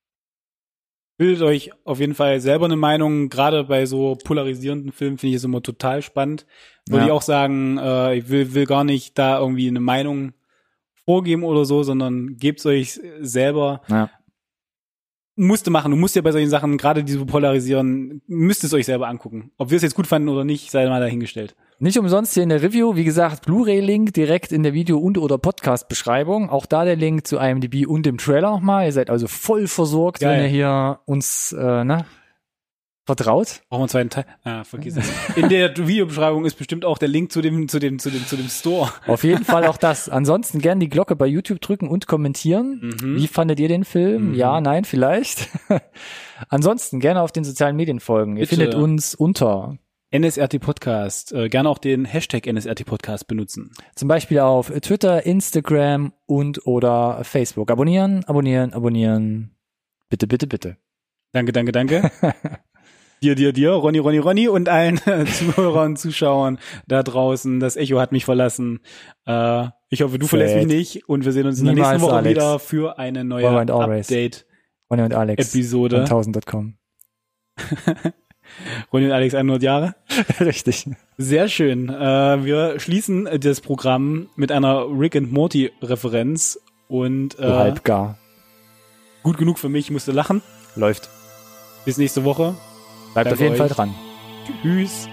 bildet euch auf jeden Fall selber eine Meinung. Gerade bei so polarisierenden Filmen finde ich es immer total spannend. Würde ja. ich auch sagen, äh, ich will, will gar nicht da irgendwie eine Meinung vorgeben oder so, sondern gebt's euch selber. Ja. Musste machen. Du musst ja bei solchen Sachen, gerade die so polarisieren, müsst es euch selber angucken. Ob wir es jetzt gut fanden oder nicht, sei mal dahingestellt. Nicht umsonst hier in der Review, wie gesagt, Blu-ray-Link direkt in der Video- und oder Podcast-Beschreibung. Auch da der Link zu I M D B und dem Trailer nochmal. Ihr seid also voll versorgt, Geil. Wenn ihr hier uns äh, ne, vertraut. Brauchen wir einen zweiten Teil? Ah, vergiss es. In der Videobeschreibung ist bestimmt auch der Link zu dem, zu dem, zu dem, zu dem Store. Auf jeden Fall auch das. Ansonsten gerne die Glocke bei YouTube drücken und kommentieren. Mhm. Wie fandet ihr den Film? Mhm. Ja, nein, vielleicht. Ansonsten gerne auf den sozialen Medien folgen. Ihr Bitte. Findet uns unter N S R T Podcast. Äh, gerne auch den Hashtag N S R T Podcast benutzen. Zum Beispiel auf Twitter, Instagram und oder Facebook. Abonnieren, abonnieren, abonnieren. Bitte, bitte, bitte. Danke, danke, danke. Dir, dir, dir, Ronny, Ronny, Ronny und allen Zuhörern, Zuschauern da draußen. Das Echo hat mich verlassen. Äh, ich hoffe, du Sad. verlässt mich nicht. Und wir sehen uns in der nächsten Woche Alex. wieder für eine neue Update. Ronny und Alex. Episode. tausend Punkt com. Ronny und Alex hundert Jahre. Richtig. Sehr schön. Äh, wir schließen das Programm mit einer Rick and Morty Referenz. Und äh, so halb gar. Gut genug für mich, ich musste lachen. Läuft. Bis nächste Woche. Bleibt Danke auf jeden euch. Fall dran. Tschüss.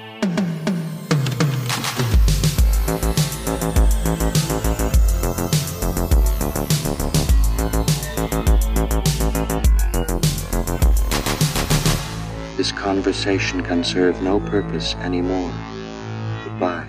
This conversation can serve no purpose anymore. Goodbye.